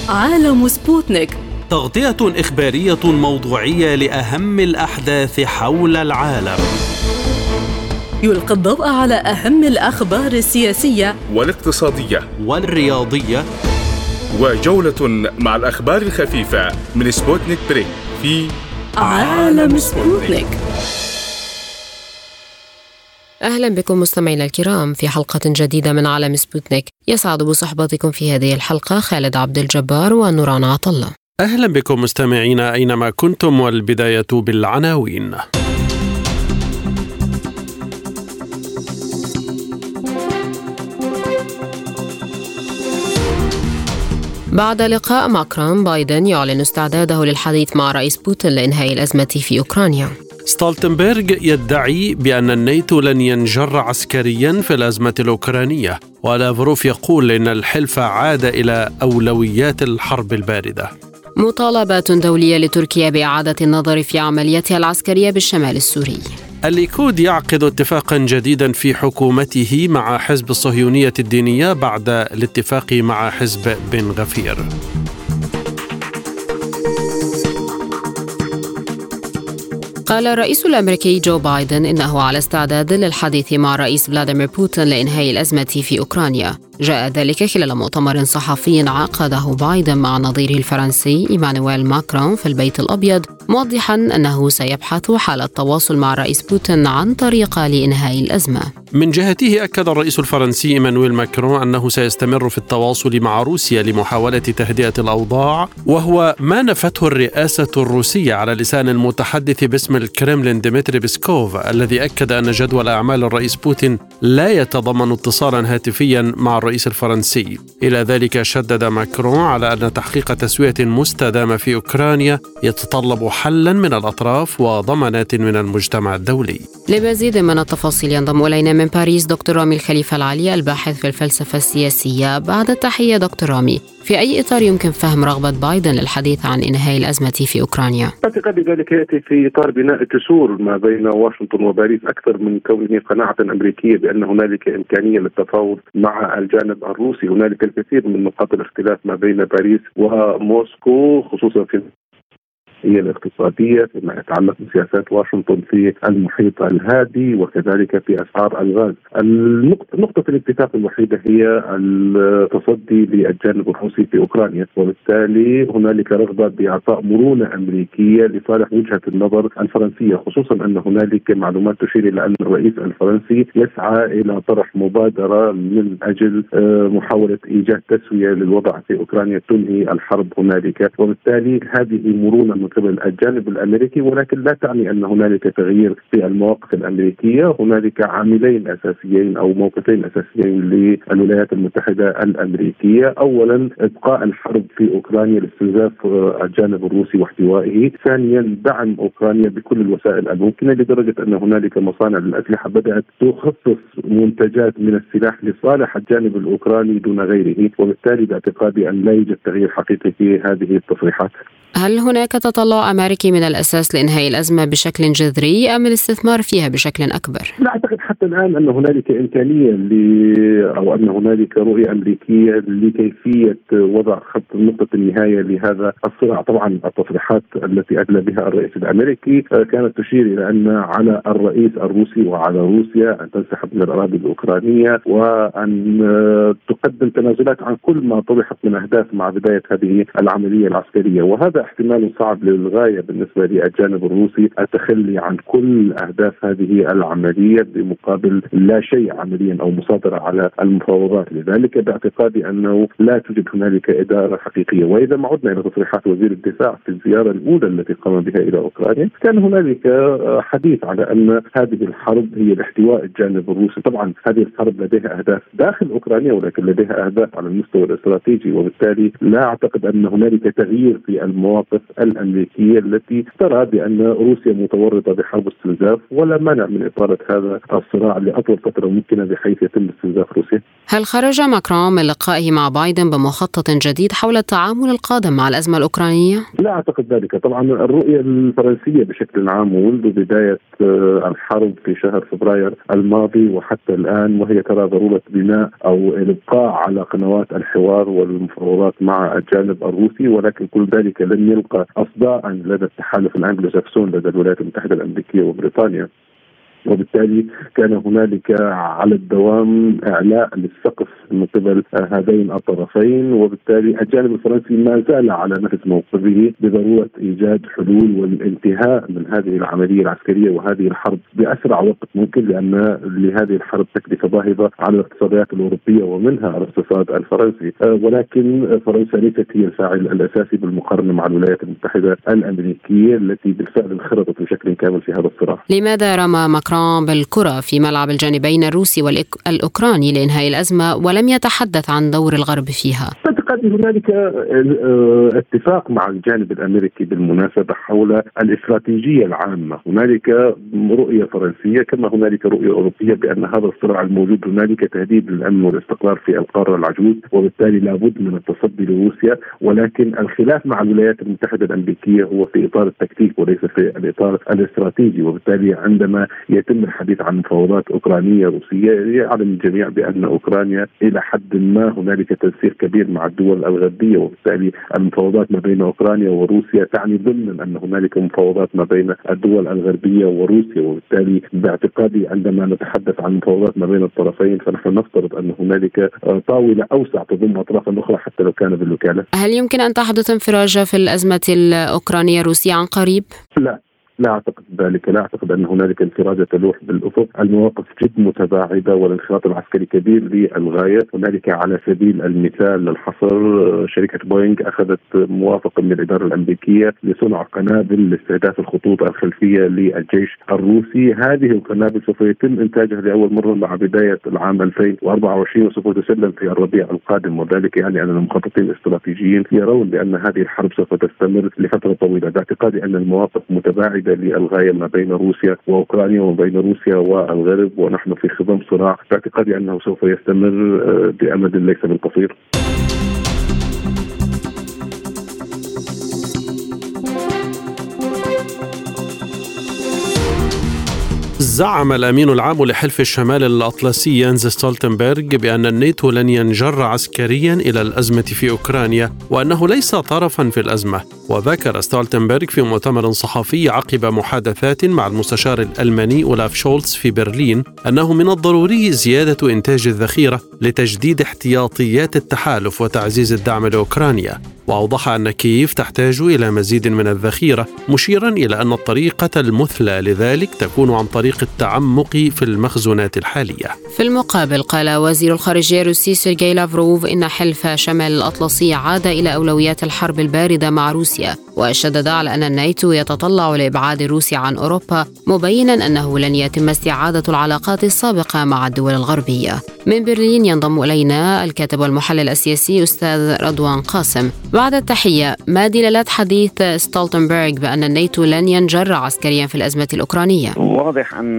عالم سبوتنيك، تغطية إخبارية موضوعية لأهم الأحداث حول العالم. يلقي الضوء على أهم الأخبار السياسية والاقتصادية والرياضية، وجولة مع الأخبار الخفيفة من سبوتنيك بريك في عالم سبوتنيك. أهلا بكم مستمعينا الكرام في حلقة جديدة من عالم سبوتنيك. يسعد بصحبتكم في هذه الحلقة خالد عبد الجبار ونوران عطلة. أهلا بكم مستمعينا أينما كنتم، والبداية بالعناوين. بعد لقاء ماكرون، بايدن يعلن استعداده للحديث مع رئيس بوتين لإنهاء الأزمة في أوكرانيا. ستولتنبرغ يدعي بأن الناتو لن ينجر عسكريا في الأزمة الأوكرانية، ولافروف يقول إن الحلف عاد إلى أولويات الحرب الباردة. مطالبات دولية لتركيا بإعادة النظر في عملياتها العسكرية بالشمال السوري. الليكود يعقد اتفاقا جديدا في حكومته مع حزب الصهيونية الدينية بعد الاتفاق مع حزب بن غفير. قال الرئيس الأمريكي جو بايدن إنه على استعداد للحديث مع رئيس فلاديمير بوتين لإنهاء الأزمة في أوكرانيا. جاء ذلك خلال مؤتمر صحفي عقده بايدن مع نظيره الفرنسي إيمانويل ماكرون في البيت الأبيض، موضحا أنه سيبحث حال التواصل مع رئيس بوتين عن طريقة لإنهاء الأزمة. من جهته أكد الرئيس الفرنسي إيمانويل ماكرون أنه سيستمر في التواصل مع روسيا لمحاولة تهدئة الأوضاع، وهو ما نفته الرئاسة الروسية على لسان المتحدث باسم الكرملين ديمتري بيسكوف، الذي أكد أن جدول أعمال الرئيس بوتين لا يتضمن اتصالا هاتفيا مع الرئيس الفرنسي. إلى ذلك شدد ماكرون على أن تحقيق تسوية مستدامة في أوكرانيا يتطلب حلا من الأطراف وضمانات من المجتمع الدولي. لمزيد من التفاصيل ينضم إلينا من باريس دكتور رامي الخليفة العلي، الباحث في الفلسفة السياسية. بعد التحية دكتور رامي، في أي إطار يمكن فهم رغبة بايدن للحديث عن إنهاء الأزمة في أوكرانيا؟ أعتقد ذلك يأتي في إطار بناء جسور ما بين واشنطن وباريس، أكثر من كونه قناعة أمريكية بأن هنالك إمكانية للتفاوض مع الجانب الروسي. هنالك الكثير من نقاط الاختلاف ما بين باريس وموسكو، خصوصا في هي الاقتصادية فيما يتعلق بسياسات واشنطن في المحيط الهادي، وكذلك في أسعار الغاز. نقطة الاتفاق الوحيدة هي التصدي للجانب الروسي في أوكرانيا، وبالتالي هنالك رغبة بإعطاء مرونة أمريكية لصالح وجهة النظر الفرنسية، خصوصا أن هنالك معلومات تشير إلى أن الرئيس الفرنسي يسعى إلى طرح مبادرة من أجل محاولة إيجاد تسوية للوضع في أوكرانيا تنهي الحرب هنالك، وبالتالي هذه مرونة من قبل الجانب الأمريكي، ولكن لا تعني أن هنالك تغيير في المواقف الأمريكية. هنالك عاملين أساسيين أو موقفين أساسيين للولايات المتحدة الأمريكية. أولا إبقاء الحرب في أوكرانيا لاستنزاف الجانب الروسي واحتوائه. ثانيا دعم أوكرانيا بكل الوسائل الممكنة، لدرجة أن هنالك مصانع للأسلحة بدأت تخصص منتجات من السلاح لصالح الجانب الأوكراني دون غيره، وبالتالي باعتقادي أن لا يوجد تغيير حقيقي في هذه التصريحات. هل هناك تطلع أمريكي من الأساس لإنهاء الأزمة بشكل جذري أم الاستثمار فيها بشكل أكبر؟ لا أعتقد حتى الآن أن هنالك إمكانية أو أن هنالك رؤية أمريكية لكيفية وضع خط نقطة النهاية لهذا الصراع. طبعا التصريحات التي أدلى بها الرئيس الأمريكي كانت تشير إلى أن على الرئيس الروسي وعلى روسيا أن تنسحب من الأراضي الأوكرانية وأن تقدم تنازلات عن كل ما طرحت من أهداف مع بداية هذه العملية العسكرية، وهذا احتمال صعب للغاية بالنسبة للجانب الروسي التخلي عن كل أهداف هذه العملية بمقابل لا شيء عمليا أو مصادرة على المفاوضات. لذلك باعتقادي أنه لا توجد هنالك إدارة حقيقية. وإذا ما عدنا إلى تصريحات وزير الدفاع في الزيارة الأولى التي قام بها إلى أوكرانيا، كان هنالك حديث على أن هذه الحرب هي لاحتواء الجانب الروسي. طبعا هذه الحرب لديها أهداف داخل أوكرانيا، ولكن لديها أهداف على المستوى الاستراتيجي، وبالتالي لا أعتقد أن هنالك تغيير في المواقف المواقف الأمريكية التي ترى بأن روسيا متورطة بحرب استنزاف ولا مانع من إطالة هذا الصراع لأطول فترة ممكنة بحيث يتم استنزاف روسيا. هل خرج ماكرون من لقائه مع بايدن بمخطط جديد حول التعامل القادم مع الأزمة الأوكرانية؟ لا أعتقد ذلك. طبعا الرؤية الفرنسية بشكل عام ومنذ بداية الحرب في شهر فبراير الماضي وحتى الآن وهي ترى ضرورة بناء أو الإبقاء على قنوات الحوار والمفاوضات مع الجانب الروسي، ولكن كل ذلك لن يلقى أصداء لدى التحالف الأنجلو ساكسون لدى الولايات المتحدة الأمريكية وبريطانيا، وبالتالي كان هنالك على الدوام إعلاء للسقف من قبل هذين الطرفين، وبالتالي الجانب الفرنسي ما زال على نفس موقفه بضرورة إيجاد حلول والانتهاء من هذه العملية العسكرية وهذه الحرب بأسرع وقت ممكن، لأن لهذه الحرب تكلفة باهظة على الاقتصادات الأوروبية ومنها الاقتصاد الفرنسي، ولكن فرنسا ليست هي الفاعل الأساسي بالمقارنة مع الولايات المتحدة الأمريكية التي بالفعل انخرطت بشكل كامل في هذا الصراع. لماذا رمى ماكرون بالكرة في ملعب الجانبين الروسي والأوكراني لإنهاء الأزمة ولم يتحدث عن دور الغرب فيها؟ قد هنالك اتفاق مع الجانب الأمريكي بالمناسبة حول الاستراتيجية العامة. هنالك رؤية فرنسية كما هنالك رؤية أوروبية بأن هذا الصراع الموجود هنالك تهديد للأمن والاستقرار في القارة العجوز، وبالتالي لابد من التصدي لروسيا، ولكن الخلاف مع الولايات المتحدة الأمريكية هو في إطار التكتيك وليس في الإطار الاستراتيجي. وبالتالي عندما يتم الحديث عن مفاوضات أوكرانية روسية يعلم الجميع بأن أوكرانيا إلى حد ما هنالك تنسيق كبير مع الدول الغربية، وبالتالي المفاوضات ما بين أوكرانيا وروسيا تعني ضمن أن هنالك مفاوضات ما بين الدول الغربية وروسيا، وبالتالي باعتقادي عندما نتحدث عن مفاوضات ما بين الطرفين فنحن نفترض أن هنالك طاولة أوسع تضم أطرافا أخرى حتى لو كان بالوكالة. هل يمكن أن تحدث انفراجة في الأزمة الأوكرانية الروسية عن قريب؟ لا أعتقد ذلك. لا أعتقد أن هنالك انفراجة تلوح بالأفق. المواقف جد متباعدة والانخراط العسكري كبير للغاية. هنالك على سبيل المثال للحصر شركة بوينغ أخذت موافقة من الإدارة الأمريكية لصنع قنابل لاستهداف الخطوط الخلفية للجيش الروسي. هذه القنابل سوف يتم إنتاجها لأول مرة مع بداية العام 2024 وسوف تسلم في الربيع القادم، وذلك يعني أن المخططين الاستراتيجيين يرون بأن هذه الحرب سوف تستمر لفترة طويلة. باعتقادي أن المواقف متباعدة للغاية ما بين روسيا وأوكرانيا وما بين روسيا والغرب، ونحن في خضم صراع باعتقادي أنه سوف يستمر بأمد ليس بالقصير. زعم الأمين العام لحلف الشمال الأطلسي يانز ستولتنبرغ بأن الناتو لن ينجر عسكريا إلى الأزمة في أوكرانيا وأنه ليس طرفا في الأزمة. وذكر ستولتنبرغ في مؤتمر صحفي عقب محادثات مع المستشار الألماني أولاف شولتز في برلين أنه من الضروري زيادة إنتاج الذخيرة لتجديد احتياطيات التحالف وتعزيز الدعم لأوكرانيا. وأوضح أن كييف تحتاج إلى مزيد من الذخيرة، مشيرا إلى أن الطريقة المثلى لذلك تكون عن طريق التعمق في المخزونات الحالية. في المقابل قال وزير الخارجية الروسي سيرجي لافروف إن حلف شمال الأطلسي عاد إلى أولويات الحرب الباردة مع روسيا، وشدد على أن الناتو يتطلع لإبعاد روسيا عن أوروبا، مبينا أنه لن يتم استعادة العلاقات السابقة مع الدول الغربية. من برلين ينضم إلينا الكاتب والمحلل السياسي أستاذ رضوان قاسم. بعد التحية، ما دلالات حديث ستولتنبرغ بأن الناتو لن ينجر عسكريا في الأزمة الأوكرانية؟ واضح أن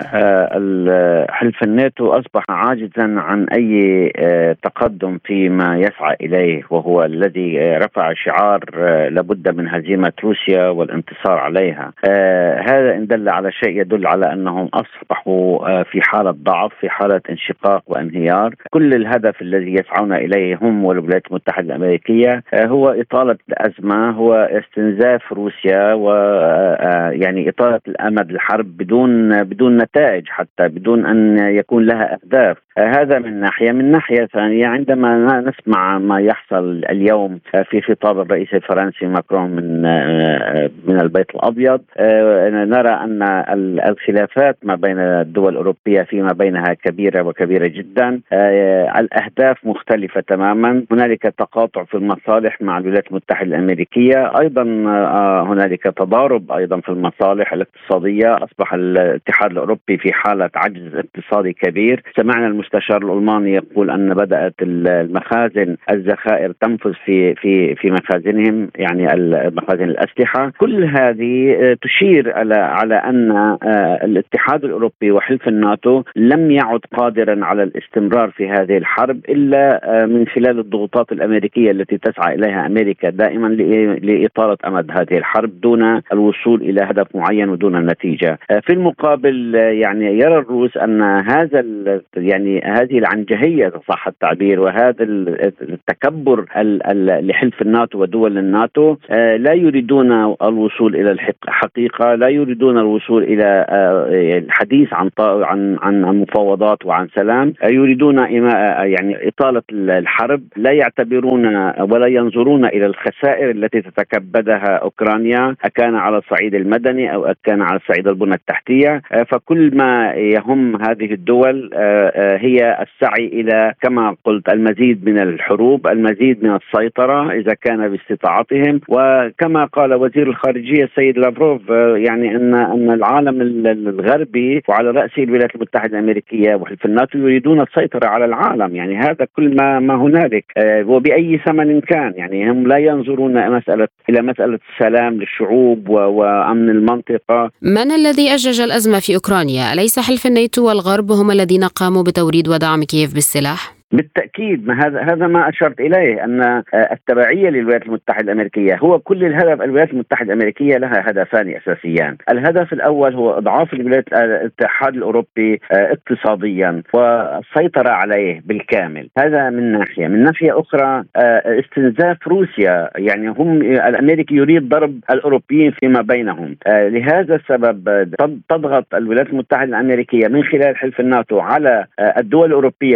حلف الناتو أصبح عاجزا عن أي تقدم فيما يسعى إليه، وهو الذي رفع شعار لابد من هزيمة روسيا والانتصار عليها. هذا إن دل على شيء يدل على أنهم أصبحوا في حالة ضعف، في حالة انشقاق وانهيار. كل الهدف الذي يسعون إليه هم والولايات المتحدة الأمريكية هو إطالة الأزمة، هو استنزاف روسيا ويعني إطالة الأمد الحرب بدون نتائج، حتى بدون أن يكون لها أهداف. هذا من ناحية. من ناحية ثانية، عندما نسمع ما يحصل اليوم في خطاب الرئيس الفرنسي ماكرون من البيت الأبيض، نرى أن الخلافات ما بين الدول الأوروبية فيما بينها كبيرة وكبيرة جدا. الأهداف مختلفة تماما، هنالك تقاطع في المصالح مع الولايات المتحدة الأمريكية، أيضا هنالك تضارب أيضا في المصالح الاقتصادية. أصبح الاتحاد الأوروبي في حالة عجز اقتصادي كبير. سمعنا المستشار الألماني يقول أن بدأت المخازن الذخائر تنفذ في مخازنهم، يعني مخازن الأسلحة. كل هذه تشير على أن الاتحاد الأوروبي وحلف الناتو لم يعد قادرا على الاستمرار في هذه الحرب إلا من خلال الضغوطات الأمريكية التي تسعى إليها أمريكا دائما لإطالة أمد هذه الحرب دون الوصول إلى هدف معين ودون النتيجة. في المقابل يعني يرى الروس أن هذه العنجهية صح التعبير وهذا التكبر لحلف الناتو ودول الناتو لا يريدون الوصول إلى الحقيقة، لا يريدون الوصول إلى الحديث عن مفاوضات وعن سلام، يريدون يعني إطالة الحرب. لا يعتبرون ولا ينظرون إلى الخسائر التي تتكبدها أوكرانيا، أكان على الصعيد المدني أو أكان على الصعيد البنى التحتية. فكل ما يهم هذه الدول هي السعي إلى كما قلت المزيد من الحروب، المزيد من السيطرة إذا كان باستطاعتهم. وكما قال وزير الخارجية السيد لافروف يعني أن العالم الغربي وعلى رأسه الولايات المتحدة الأمريكية وحلف الناتو يريدون السيطرة على العالم. يعني هذا كل ما هنالك وبأي ثمن كان. يعني هم لا ينظرون إلى مسألة السلام للشعوب وأمن المنطقة. من الذي أجج الأزمة في أوكرانيا؟ أليس حلف الناتو والغرب هم الذين قاموا بتوريد ودعم كييف بالسلاح؟ بالتأكيد هذا ما أشرت إليه، أن التبعية للولايات المتحدة الأمريكية هو كل الهدف. الولايات المتحدة الأمريكية لها هدفان أساسيان. الهدف الأول هو إضعاف الاتحاد الأوروبي اقتصاديا والسيطرة عليه بالكامل. هذا من ناحية. من ناحية أخرى استنزاف روسيا، يعني الأمريكي يريد ضرب الأوروبيين فيما بينهم. لهذا السبب تضغط الولايات المتحدة الأمريكية من خلال حلف الناتو على الدول الأوروبية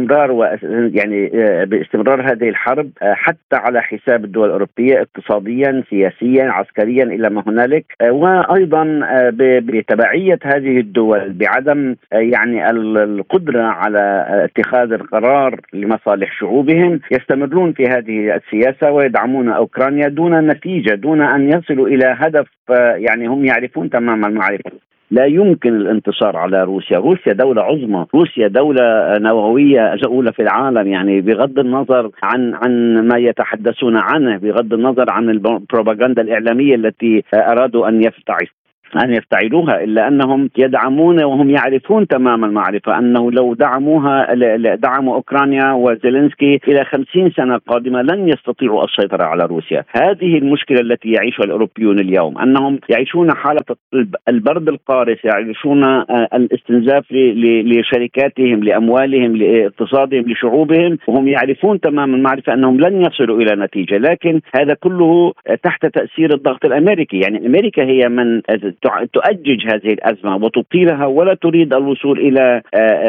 باستمرار هذه الحرب حتى على حساب الدول الأوروبية اقتصاديا سياسيا عسكريا إلى ما هنالك. وأيضا بتبعية هذه الدول بعدم يعني القدرة على اتخاذ القرار لمصالح شعوبهم يستمرون في هذه السياسة ويدعمون أوكرانيا دون نتيجة، دون أن يصلوا إلى هدف. يعني هم يعرفون تماما المعرفة لا يمكن الانتصار على روسيا. روسيا دولة عظمى، روسيا دولة نووية أولى في العالم، يعني بغض النظر عن ما يتحدثون عنه، بغض النظر عن البروباغندا الإعلامية التي أرادوا أن يفتعلوها، إلا أنهم يدعمون وهم يعرفون تمام المعرفة أنه لو دعموا أوكرانيا وزيلينسكي إلى 50 سنة قادمة لن يستطيعوا السيطرة على روسيا. هذه المشكلة التي يعيشها الأوروبيون اليوم، أنهم يعيشون حالة البرد القارس، يعيشون الاستنزاف لشركاتهم، لأموالهم، لاقتصادهم، لشعوبهم، وهم يعرفون تمام المعرفة أنهم لن يصلوا إلى نتيجة. لكن هذا كله تحت تأثير الضغط الأمريكي. يعني أمريكا هي من تؤجج هذه الأزمة وتطيلها ولا تريد الوصول إلى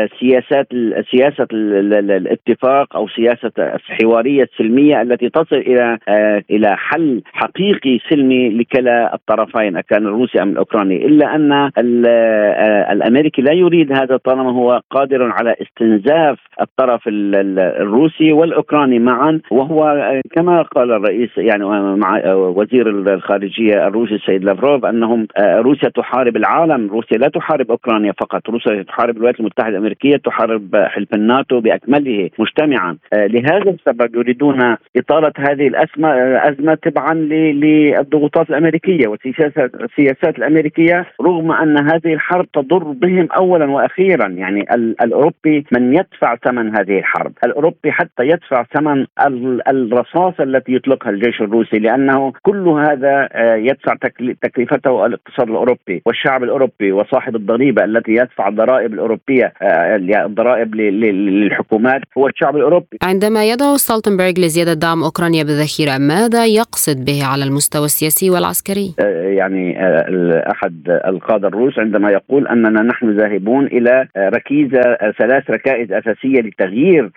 سياسة الاتفاق أو سياسة الحوارية السلمية التي تصل إلى حل حقيقي سلمي لكلا الطرفين، أكان الروسي أم الأوكراني. إلا أن الأمريكي لا يريد هذا طالما هو قادر على استنزاف الطرف الروسي والأوكراني معا. وهو كما قال الرئيس يعني مع وزير الخارجية الروسي السيد لافروف أنهم روسيا تحارب العالم. روسيا لا تحارب أوكرانيا فقط، روسيا تحارب الولايات المتحدة الأمريكية، تحارب حلف الناتو بأكمله مجتمعا. لهذا السبب يريدون إطالة هذه الأزمة تبعا للضغوطات الأمريكية والسياسات الأمريكية، رغم أن هذه الحرب تضر بهم أولا وأخيرا. يعني الأوروبي من يدفع ثمن هذه الحرب، الأوروبي حتى يدفع ثمن الرصاص التي يطلقها الجيش الروسي، لأنه كل هذا يدفع تكلفته الاقتصاد الأوروبي والشعب الأوروبي وصاحب الضريبة التي يدفع الضرائب الأوروبية، الضرائب للحكومات هو الشعب الأوروبي. عندما يدعو ستولتنبرغ لزيادة دعم أوكرانيا بالذخيرة، ماذا يقصد به على المستوى السياسي والعسكري؟ يعني أحد القادة الروس عندما يقول أننا نحن ذاهبون إلى ثلاث ركائز أساسية لتغيير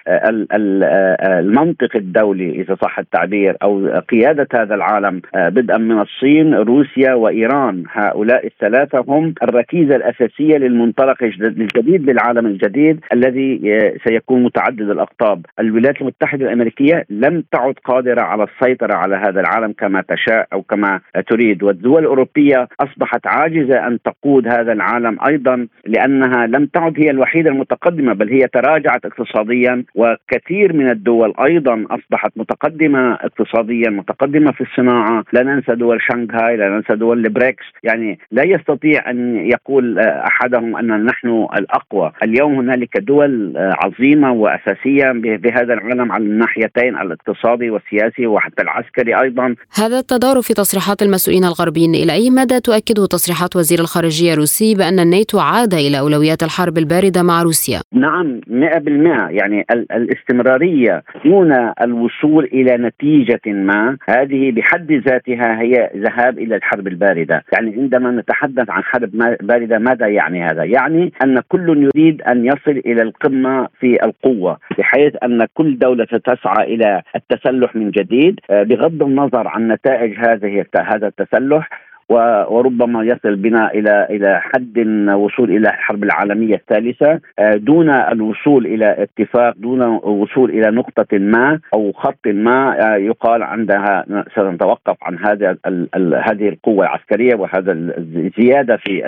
المنطق الدولي إذا صح التعبير، أو قيادة هذا العالم بدءا من الصين، روسيا وإيران. هؤلاء الثلاثة هم الركيزة الأساسية للمنطلق الجديد للعالم الجديد الذي سيكون متعدد الأقطاب. الولايات المتحدة الأمريكية لم تعد قادرة على السيطرة على هذا العالم كما تشاء أو كما تريد، والدول الأوروبية أصبحت عاجزة أن تقود هذا العالم أيضا، لأنها لم تعد هي الوحيدة المتقدمة، بل هي تراجعت اقتصاديا، وكثير من الدول أيضا أصبحت متقدمة اقتصاديا، متقدمة في الصناعة. لا ننسى دول شنغهاي، لا ننسى دول البريكس. يعني لا يستطيع أن يقول أحدهم أن نحن الأقوى. اليوم هنالك دول عظيمة وأساسية بهذا العالم على الناحيتين، الاقتصادي والسياسي وحتى العسكري أيضا. هذا التضارب في تصريحات المسؤولين الغربيين إلى أي مدى تؤكده تصريحات وزير الخارجية الروسي بأن الناتو عاد إلى أولويات الحرب الباردة مع روسيا؟ نعم 100%. يعني الاستمرارية دون الوصول إلى نتيجة ما، هذه بحد ذاتها هي ذهاب إلى الحرب الباردة. يعني عندما نتحدث عن حرب باردة ماذا يعني هذا؟ يعني أن كل يريد أن يصل إلى القمة في القوة، بحيث أن كل دولة تسعى إلى التسلح من جديد بغض النظر عن نتائج هذا التسلح، وربما يصل بنا إلى حد وصول إلى الحرب العالمية الثالثة دون الوصول إلى اتفاق، دون وصول إلى نقطة ما أو خط ما يقال عندها سنتوقف عن هذه القوة العسكرية وهذا الزيادة في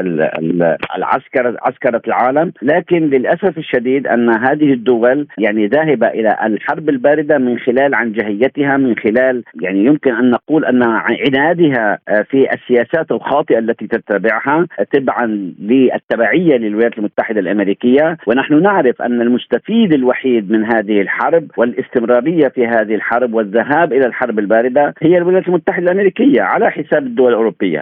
عسكرة العالم. لكن للأسف الشديد أن هذه الدول يعني ذاهبة إلى الحرب الباردة من خلال عنجهيتها، من خلال يعني يمكن أن نقول أن عنادها في السياسة الخاطئة التي تتبعها تبعا للتبعية للولايات المتحدة الأمريكية. ونحن نعرف أن المستفيد الوحيد من هذه الحرب والاستمرارية في هذه الحرب والذهاب إلى الحرب الباردة هي الولايات المتحدة الأمريكية على حساب الدول الأوروبية.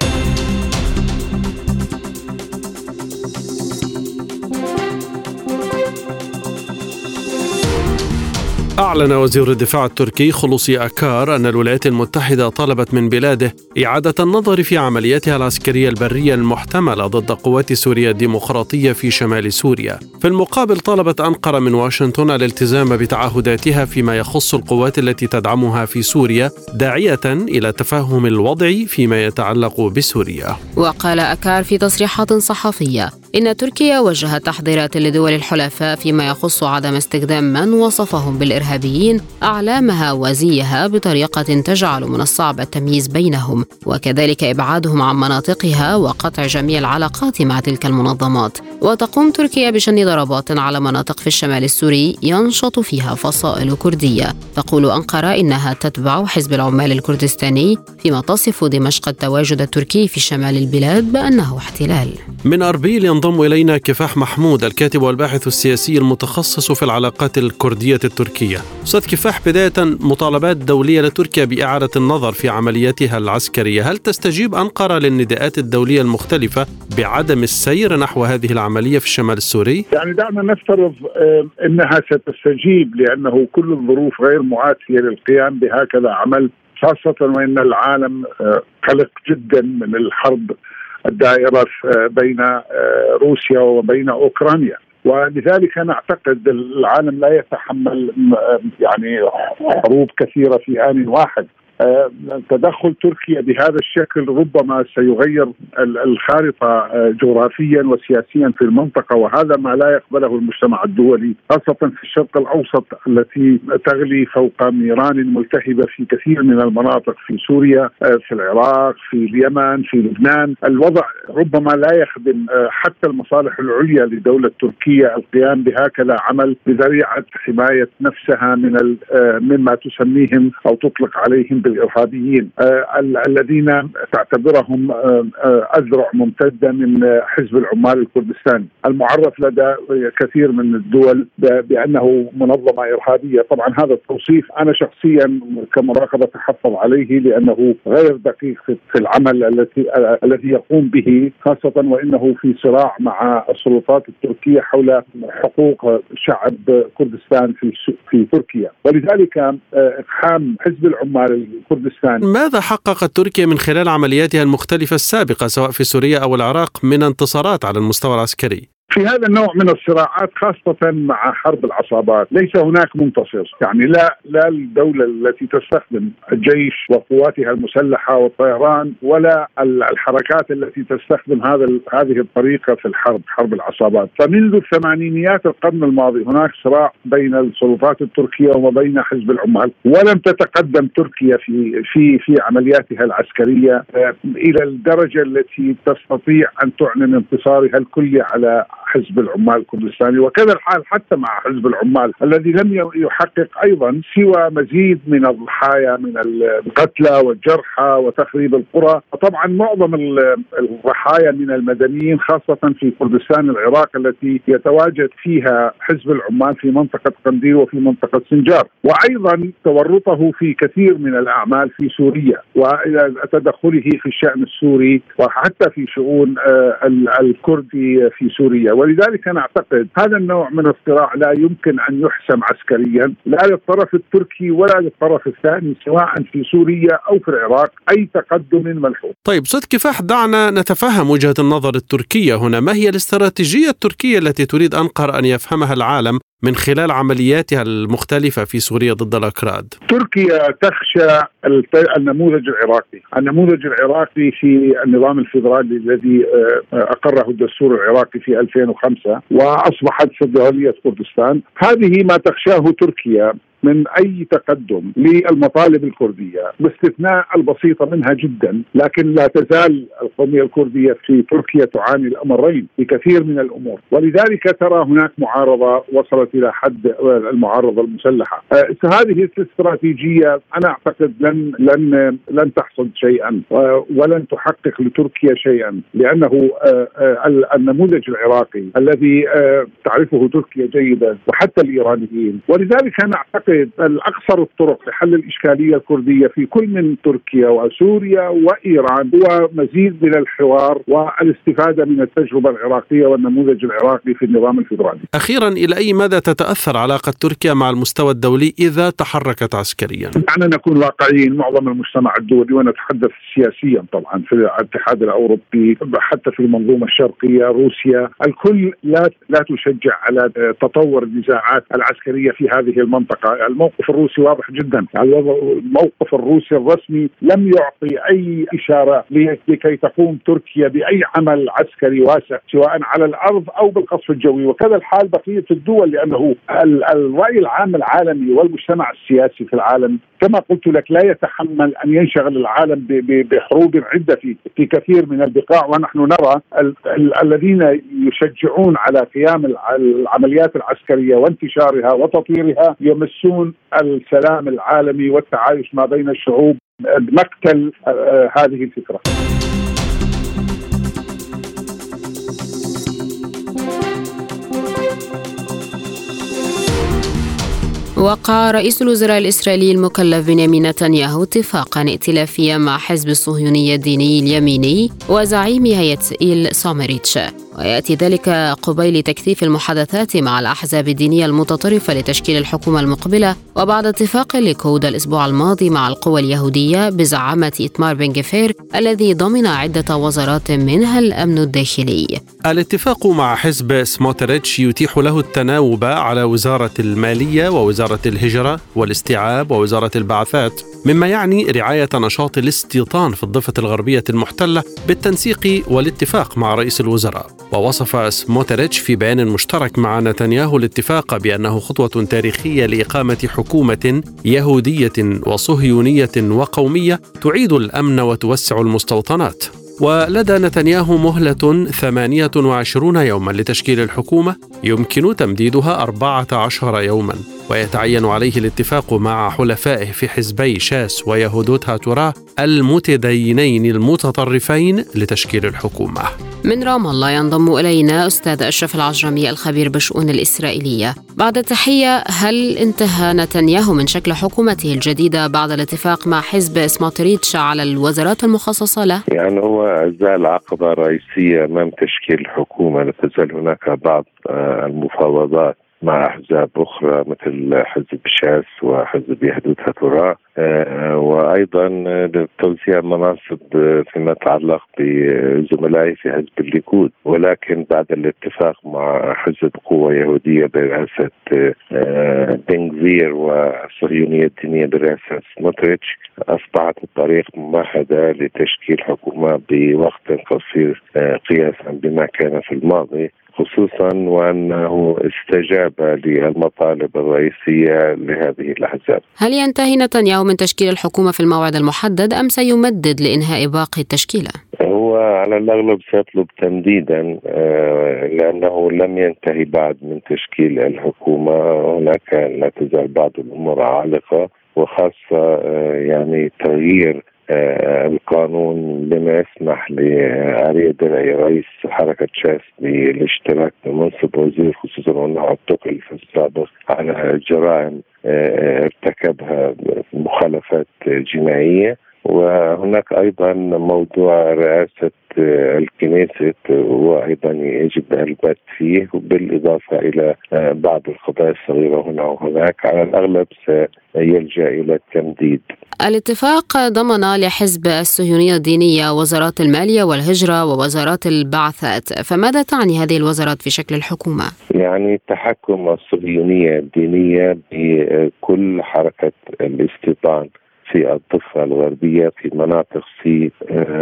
أعلن وزير الدفاع التركي خلوصي أكار أن الولايات المتحدة طلبت من بلاده إعادة النظر في عملياتها العسكرية البرية المحتملة ضد قوات سوريا الديمقراطية في شمال سوريا. في المقابل طلبت أنقرة من واشنطن الالتزام بتعهداتها فيما يخص القوات التي تدعمها في سوريا، داعية إلى تفهم الوضع فيما يتعلق بسوريا. وقال أكار في تصريحات صحفية إن تركيا وجهت تحذيرات لدول الحلفاء فيما يخص عدم استخدام من وصفهم بالإرهابيين أعلام هوازيها بطريقة تجعل من الصعب التمييز بينهم، وكذلك إبعادهم عن مناطقها وقطع جميع العلاقات مع تلك المنظمات. وتقوم تركيا بشن ضربات على مناطق في الشمال السوري ينشط فيها فصائل كردية. تقول أنقرة إنها تتبع حزب العمال الكردستاني، فيما تصف دمشق التواجد التركي في شمال البلاد بأنه احتلال. من أربيل ينضم إلينا كفاح محمود، الكاتب والباحث السياسي المتخصص في العلاقات الكردية التركية. أستاذ كفاح، بداية مطالبات دولية لتركيا بإعادة النظر في عملياتها العسكرية، هل تستجيب أنقرة للنداءات الدولية المختلفة بعدم السير نحو هذه العملية في الشمال السوري؟ يعني دعنا نفترض أنها ستستجيب، لأنه كل الظروف غير مواتية للقيام بهكذا عمل، خاصة وأن العالم قلق جدا من الحرب الدائرة بين روسيا وبين أوكرانيا، ولذلك أنا أعتقد العالم لا يتحمل يعني حروب كثيرة في آن واحد. تدخل تركيا بهذا الشكل ربما سيغير الخارطة جغرافيا وسياسيا في المنطقة، وهذا ما لا يقبله المجتمع الدولي، خاصة في الشرق الأوسط التي تغلي فوق نيران ملتهبة في كثير من المناطق، في سوريا، في العراق، في اليمن، في لبنان. الوضع ربما لا يخدم حتى المصالح العليا لدولة تركيا القيام بهكذا عمل بذريعة حماية نفسها مما تسميهم أو تطلق عليهم الإرهابيين الذين تعتبرهم أذرع ممتدة من حزب العمال الكردستاني المعرف لدى كثير من الدول بأنه منظمة إرهابية. طبعا هذا التوصيف أنا شخصيا كمراقبة أتحفظ عليه، لأنه غير دقيق في العمل الذي يقوم به، خاصة وإنه في صراع مع السلطات التركية حول حقوق شعب كردستان في تركيا. ولذلك إقحام حزب العمال كردستان. ماذا حققت تركيا من خلال عملياتها المختلفة السابقة سواء في سوريا أو العراق من انتصارات على المستوى العسكري؟ في هذا النوع من الصراعات خاصة مع حرب العصابات ليس هناك منتصر، يعني لا الدولة التي تستخدم الجيش وقواتها المسلحة والطيران ولا الحركات التي تستخدم هذه الطريقة في حرب العصابات. فمنذ الثمانينيات القرن الماضي هناك صراع بين السلطات التركية وبين حزب العمال، ولم تتقدم تركيا في عملياتها العسكرية إلى الدرجة التي تستطيع أن تعلن انتصارها الكلي على حزب العمال الكردستاني. وكذا الحال حتى مع حزب العمال الذي لم يحقق أيضا سوى مزيد من الضحايا من القتلى والجرحى وتخريب القرى. طبعا معظم الضحايا من المدنيين خاصة في كردستان العراق التي يتواجد فيها حزب العمال في منطقة قنديل وفي منطقة سنجار، وأيضا تورطه في كثير من الأعمال في سوريا وتدخله في الشأن السوري وحتى في شؤون الكرد في سوريا. ولذلك أنا أعتقد هذا النوع من الصراع لا يمكن أن يحسم عسكريا لا للطرف التركي ولا للطرف الثاني سواء في سوريا أو في العراق أي تقدم ملحوظ. طيب أستاذ كفاح، دعنا نتفهم وجهة النظر التركية هنا. ما هي الاستراتيجية التركية التي تريد أنقرة أن يفهمها العالم من خلال عملياتها المختلفة في سوريا ضد الأكراد؟ تركيا تخشى النموذج العراقي في النظام الفيدرالي الذي أقره الدستور العراقي في 2005 وأصبحت فيدرالية كردستان. هذه ما تخشاه تركيا من أي تقدم للمطالب الكردية باستثناء البسيطة منها جدا، لكن لا تزال القومية الكردية في تركيا تعاني الأمرين في كثير من الأمور، ولذلك ترى هناك معارضة وصلت إلى حد المعارضة المسلحة. هذه الاستراتيجية أنا أعتقد لن تحصد شيئا ولن تحقق لتركيا شيئا، لأنه النموذج العراقي الذي تعرفه تركيا جيدا وحتى الإيرانيين. ولذلك أنا أعتقد الأقصر الطرق لحل الإشكالية الكردية في كل من تركيا وسوريا وإيران هو مزيد من الحوار والاستفادة من التجربة العراقية والنموذج العراقي في النظام الفيدرالي. أخيرا، إلى أي مدى تتأثر علاقة تركيا مع المستوى الدولي إذا تحركت عسكريا؟ دعنا نكون واقعيين. معظم المجتمع الدولي ونتحدث سياسيا طبعا في الاتحاد الأوروبي حتى في المنظومة الشرقية روسيا، الكل لا تشجع على تطور النزاعات العسكرية في هذه المنطقة. الموقف الروسي واضح جدا، الموقف الروسي الرسمي لم يعطي أي إشارة لكي تقوم تركيا بأي عمل عسكري واسع سواء على الأرض أو بالقصف الجوي، وكذا الحال بقية الدول، لأنه الرأي العام العالمي والمجتمع السياسي في العالم كما قلت لك لا يتحمل أن ينشغل العالم بحروب عدة في كثير من البقاع. ونحن نرى الذين يشجعون على قيام العمليات العسكرية وانتشارها وتطويرها يمسون السلام العالمي والتعايش ما بين الشعوب بمقتل هذه الفكرة. وقع رئيس الوزراء الإسرائيلي المكلف بنيامين نتنياهو اتفاقا ائتلافيا مع حزب الصهيوني الديني اليميني وزعيم هيئة إيل سامريتش، ويأتي ذلك قبيل تكثيف المحادثات مع الأحزاب الدينية المتطرفة لتشكيل الحكومة المقبلة، وبعد اتفاق ليكود الأسبوع الماضي مع القوى اليهودية بزعامة إيتمار بن غفير الذي ضمن عدة وزارات منها الأمن الداخلي. الاتفاق مع حزب سموتريتش يتيح له التناوب على وزارة المالية ووزارة الهجرة والاستيعاب ووزارة البعثات، مما يعني رعاية نشاط الاستيطان في الضفة الغربية المحتلة بالتنسيق والاتفاق مع رئيس الوزراء. ووصف سموتريتش في بيان مشترك مع نتنياهو الاتفاق بأنه خطوة تاريخية لإقامة حكومة يهودية وصهيونية وقومية تعيد الأمن وتوسع المستوطنات. ولدى نتنياهو مهلة 28 يوما لتشكيل الحكومة يمكن تمديدها 14 يوما، ويتعين عليه الاتفاق مع حلفائه في حزبي شاس ويهودوت هاتوراه المتدينين المتطرفين لتشكيل الحكومة. من رام الله ينضم إلينا أستاذ أشرف العجرمي الخبير بالشؤون الإسرائيلية. بعد التحية، هل انتهى نتنياهو من شكل حكومته الجديدة بعد الاتفاق مع حزب سموتريتش على الوزارات المخصصة له؟ يعني هو زال عقبة رئيسية أمام تشكيل الحكومة، لا تزال هناك بعض المفاوضات مع أحزاب أخرى مثل حزب شاس وحزب يهدوتها ترى، وأيضا توزيع مناصب فيما يتعلق بزملائي في حزب الليكود، ولكن بعد الاتفاق مع حزب قوة يهودية برئاسة بن غفير والصهيونية الدينية برئاسة سموتريتش أصبحت الطريق ممهدة لتشكيل حكومة بوقت قصير قياسا بما كان في الماضي، خصوصا وأنه استجاب للمطالب الرئيسية لهذه الأحزاب. هل ينتهي نتنياهو من تشكيل الحكومة في الموعد المحدد أم سيمدد لإنهاء باقي التشكيله؟ هو على الأغلب سيطلب تمديدا لأنه لم ينتهي بعد من تشكيل الحكومة. هناك لا تزال بعض الأمور عالقة، وخاصة يعني تغيير القانون بما يسمح لأريا درعي رئيس حركة شاس بالاشتراك بمنصب وزير، خصوصا وأنه اعتقل في السابق على جرائم ارتكبها مخالفات جنائية. وهناك أيضا موضوع رئاسة الكنيسة وأيضا يجب البت فيه، بالإضافة إلى بعض القضايا الصغيرة هنا وهناك. على الأغلب سيلجأ إلى التمديد. الاتفاق ضمن لحزب الصهيونية الدينية وزارات المالية والهجرة ووزارات البعثات، فماذا تعني هذه الوزارات في شكل الحكومة؟ يعني تحكم الصهيونية الدينية بكل حركة الاستيطان في الضفة الغربية في مناطق سي،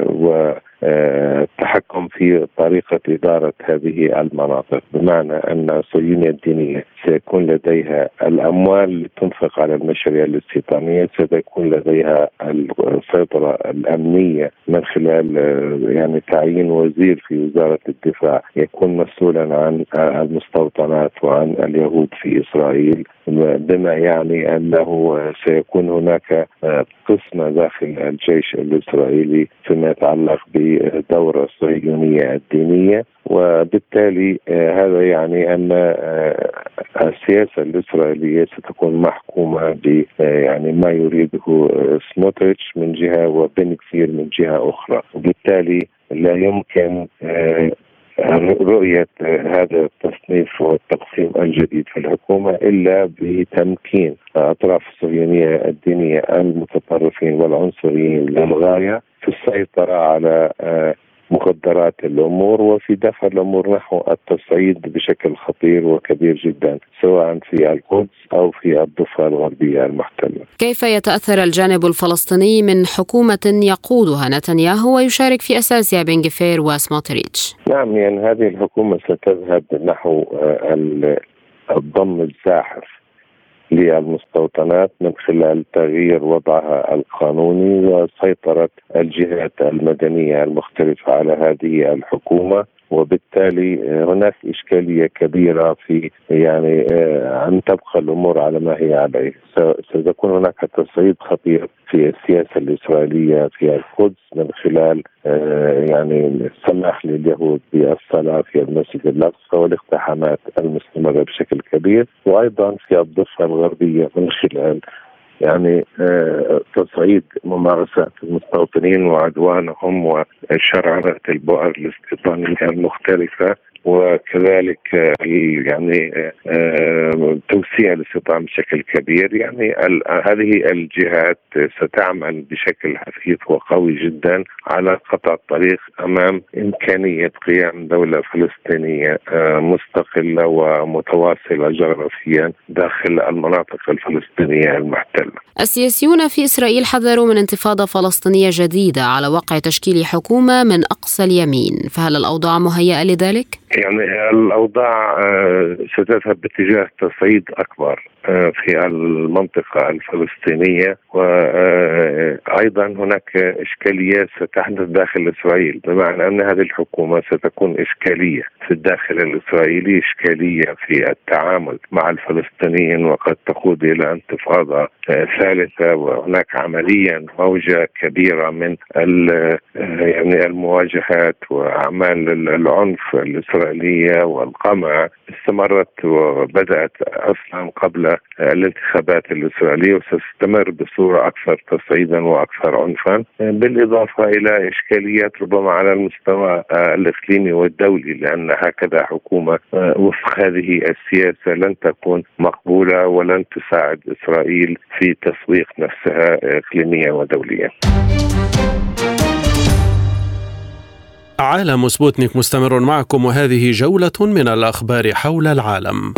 والتحكم في طريقة إدارة هذه المناطق، بمعنى أن الصهيونية الدينية سيكون لديها الأموال لتنفق على المشاريع الاستيطانية، سيكون لديها السيطرة الأمنية من خلال يعني تعيين وزير في وزارة الدفاع يكون مسؤولا عن المستوطنات وعن اليهود في إسرائيل، بما يعني أنه سيكون هناك قسم داخل الجيش الإسرائيلي فيما يتعلق بدور الصهيونية الدينية. وبالتالي هذا يعني أن السياسة الإسرائيلية ستكون محكومة ب يعني ما يريده سموتريتش من جهة وبن غفير من جهة أخرى، وبالتالي لا يمكن رؤية هذا التصنيف والتقسيم الجديد في الحكومة إلا بتمكين أطراف الصهيونية الدينية المتطرفين والعنصريين للغاية في السيطرة على مقدرات الأمور وفي دفع الأمور نحو التصعيد بشكل خطير وكبير جدا، سواء في القدس أو في الضفة الغربية المحتلة. كيف يتأثر الجانب الفلسطيني من حكومة يقودها نتنياهو ويشارك في أساسها بن غفير وسموتريتش؟ نعم، يعني هذه الحكومة ستذهب نحو الضم الزاحف للمستوطنات من خلال تغيير وضعها القانوني وسيطرة الجهات المدنية المختلفة على هذه الحكومة، وبالتالي هناك إشكالية كبيرة في يعني أن تبقى الأمور على ما هي عليه. سيكون هناك تصعيد خطير في السياسة الإسرائيلية في القدس من خلال يعني السماح لليهود بالصلاة في المسجد الأقصى والاقتحامات المستمرة بشكل كبير، وأيضا في الضفة الغربية من خلال يعني تصعيد ممارسات المستوطنين وعدوانهم وشرعنة البؤر الاستيطانية المختلفة، وكذلك يعني توسيع الاستيطان بشكل كبير. يعني هذه الجهات ستعمل بشكل حثيث وقوي جدا على قطع الطريق أمام إمكانية قيام دولة فلسطينية مستقلة ومتواصلة جغرافيا داخل المناطق الفلسطينية المحتلة. السياسيون في إسرائيل حذروا من انتفاضة فلسطينية جديدة على وقع تشكيل حكومة من أقصى اليمين، فهل الأوضاع مهيئة لذلك؟ يعني الأوضاع ستذهب باتجاه تصعيد أكبر في المنطقة الفلسطينية، وأيضا هناك إشكاليات ستحدث داخل إسرائيل، بمعنى أن هذه الحكومة ستكون إشكالية في الداخل الإسرائيلي، إشكالية في التعامل مع الفلسطينيين، وقد تقود إلى انتفاضة ثالثة. وهناك عمليا موجة كبيرة من يعني المواجهات وأعمال العنف الإسرائيلية والقمع استمرت وبدأت أصلا قبل الانتخابات الإسرائيلية، وستستمر بصورة أكثر تصعيدا وأكثر عنفا، بالإضافة إلى إشكاليات ربما على المستوى الإقليمي والدولي، لأن هكذا حكومة وفق هذه السياسة لن تكون مقبولة ولن تساعد إسرائيل في تسويق نفسها إقليميا ودوليا. عالم سبوتنيك مستمر معكم، وهذه جولة من الأخبار حول العالم.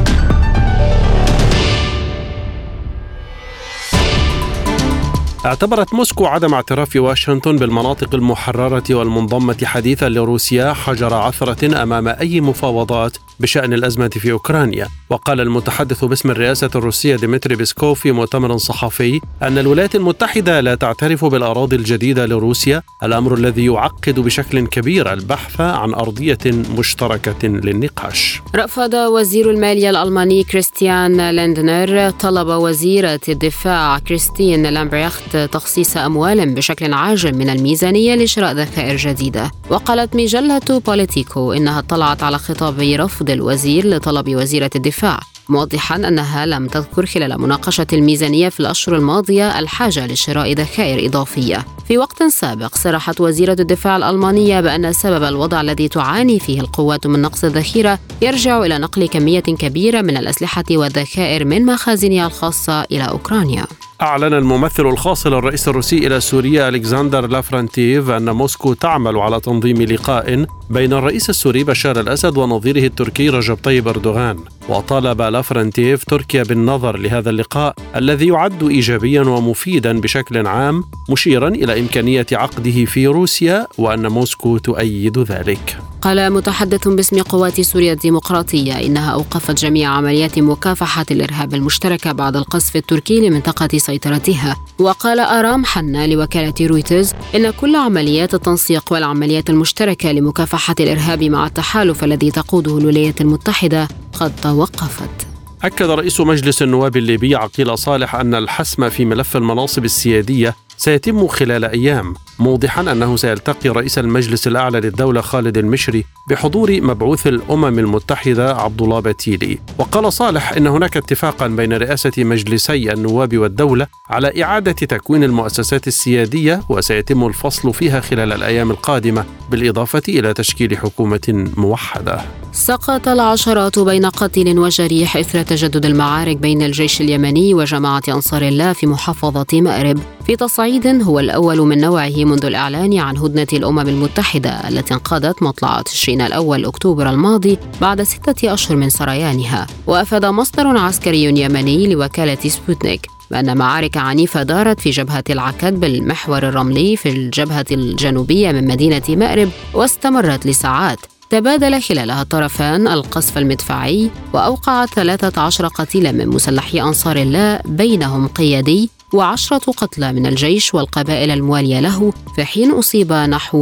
اعتبرت موسكو عدم اعتراف واشنطن بالمناطق المحررة والمنضمة حديثا لروسيا حجر عثرة أمام أي مفاوضات بشأن الأزمة في أوكرانيا. وقال المتحدث باسم الرئاسة الروسية ديمتري بيسكوف في مؤتمر صحفي أن الولايات المتحدة لا تعترف بالأراضي الجديدة لروسيا، الأمر الذي يعقد بشكل كبير البحث عن أرضية مشتركة للنقاش. رفض وزير المالية الألماني كريستيان لاندنر طلب وزيرة الدفاع كريستين لامبريخت تخصيص أموال بشكل عاجل من الميزانية لشراء ذخائر جديدة. وقالت مجلة بوليتيكو إنها اطلعت على خطاب رفض الوزير لطلب وزيرة الدفاع، موضحا أنها لم تذكر خلال مناقشة الميزانية في الأشهر الماضية الحاجة لشراء ذخائر إضافية. في وقت سابق صرحت وزيرة الدفاع الألمانية بأن سبب الوضع الذي تعاني فيه القوات من نقص الذخيرة يرجع إلى نقل كمية كبيرة من الأسلحة والذخائر من مخازنها الخاصة إلى أوكرانيا. أعلن الممثل الخاص للرئيس الروسي إلى سوريا ألكسندر لافرانتيف أن موسكو تعمل على تنظيم لقاء بين الرئيس السوري بشار الأسد ونظيره التركي رجب طيب أردوغان. وطالب لافرانتيف تركيا بالنظر لهذا اللقاء الذي يعد إيجابيا ومفيدا بشكل عام، مشيرا إلى إمكانية عقده في روسيا وأن موسكو تؤيد ذلك. قال متحدث باسم قوات سوريا الديمقراطية إنها أوقفت جميع عمليات مكافحة الإرهاب المشتركة بعد القصف التركي لمنطقة سيطرتها. وقال آرام حنا لوكالة رويترز إن كل عمليات التنسيق والعمليات المشتركة لمكافحة الإرهاب مع التحالف الذي تقوده الولايات المتحدة قد توقفت. أكد رئيس مجلس النواب الليبي عقيل صالح أن الحسم في ملف المناصب السيادية سيتم خلال أيام، موضحا أنه سيلتقي رئيس المجلس الأعلى للدولة خالد المشري بحضور مبعوث الأمم المتحدة عبد الله بتيلي. وقال صالح إن هناك اتفاقا بين رئاسة مجلسي النواب والدولة على إعادة تكوين المؤسسات السيادية، وسيتم الفصل فيها خلال الأيام القادمة، بالإضافة إلى تشكيل حكومة موحدة. سقط العشرات بين قتيل وجريح إثر تجدد المعارك بين الجيش اليمني وجماعة أنصار الله في محافظة مأرب، في تصعيد هو الأول من نوعه منذ الإعلان عن هدنة الأمم المتحدة التي انقضت مطلع تشرين الأول أكتوبر الماضي بعد 6 أشهر من سريانها. وأفاد مصدر عسكري يمني لوكالة سبوتنيك بأن معارك عنيفة دارت في جبهة العكاد بالمحور الرملي في الجبهة الجنوبية من مدينة مأرب، واستمرت لساعات. تبادل خلالها الطرفان القصف المدفعي، وأوقع 13 قتيلا من مسلحي أنصار الله بينهم قيادي و10 قتلى من الجيش والقبائل الموالية له، في حين أصيب نحو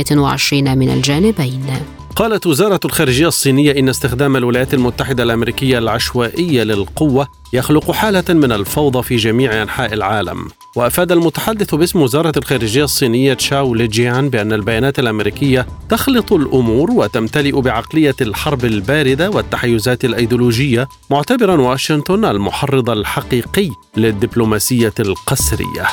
28 من الجانبين. قالت وزارة الخارجية الصينية إن استخدام الولايات المتحدة الأمريكية العشوائية للقوة يخلق حالة من الفوضى في جميع أنحاء العالم. وأفاد المتحدث باسم وزارة الخارجية الصينية تشاو ليجيان بأن البيانات الأمريكية تخلط الأمور وتمتلئ بعقلية الحرب الباردة والتحيزات الأيديولوجية، معتبرا واشنطن المحرض الحقيقي للدبلوماسية القسرية.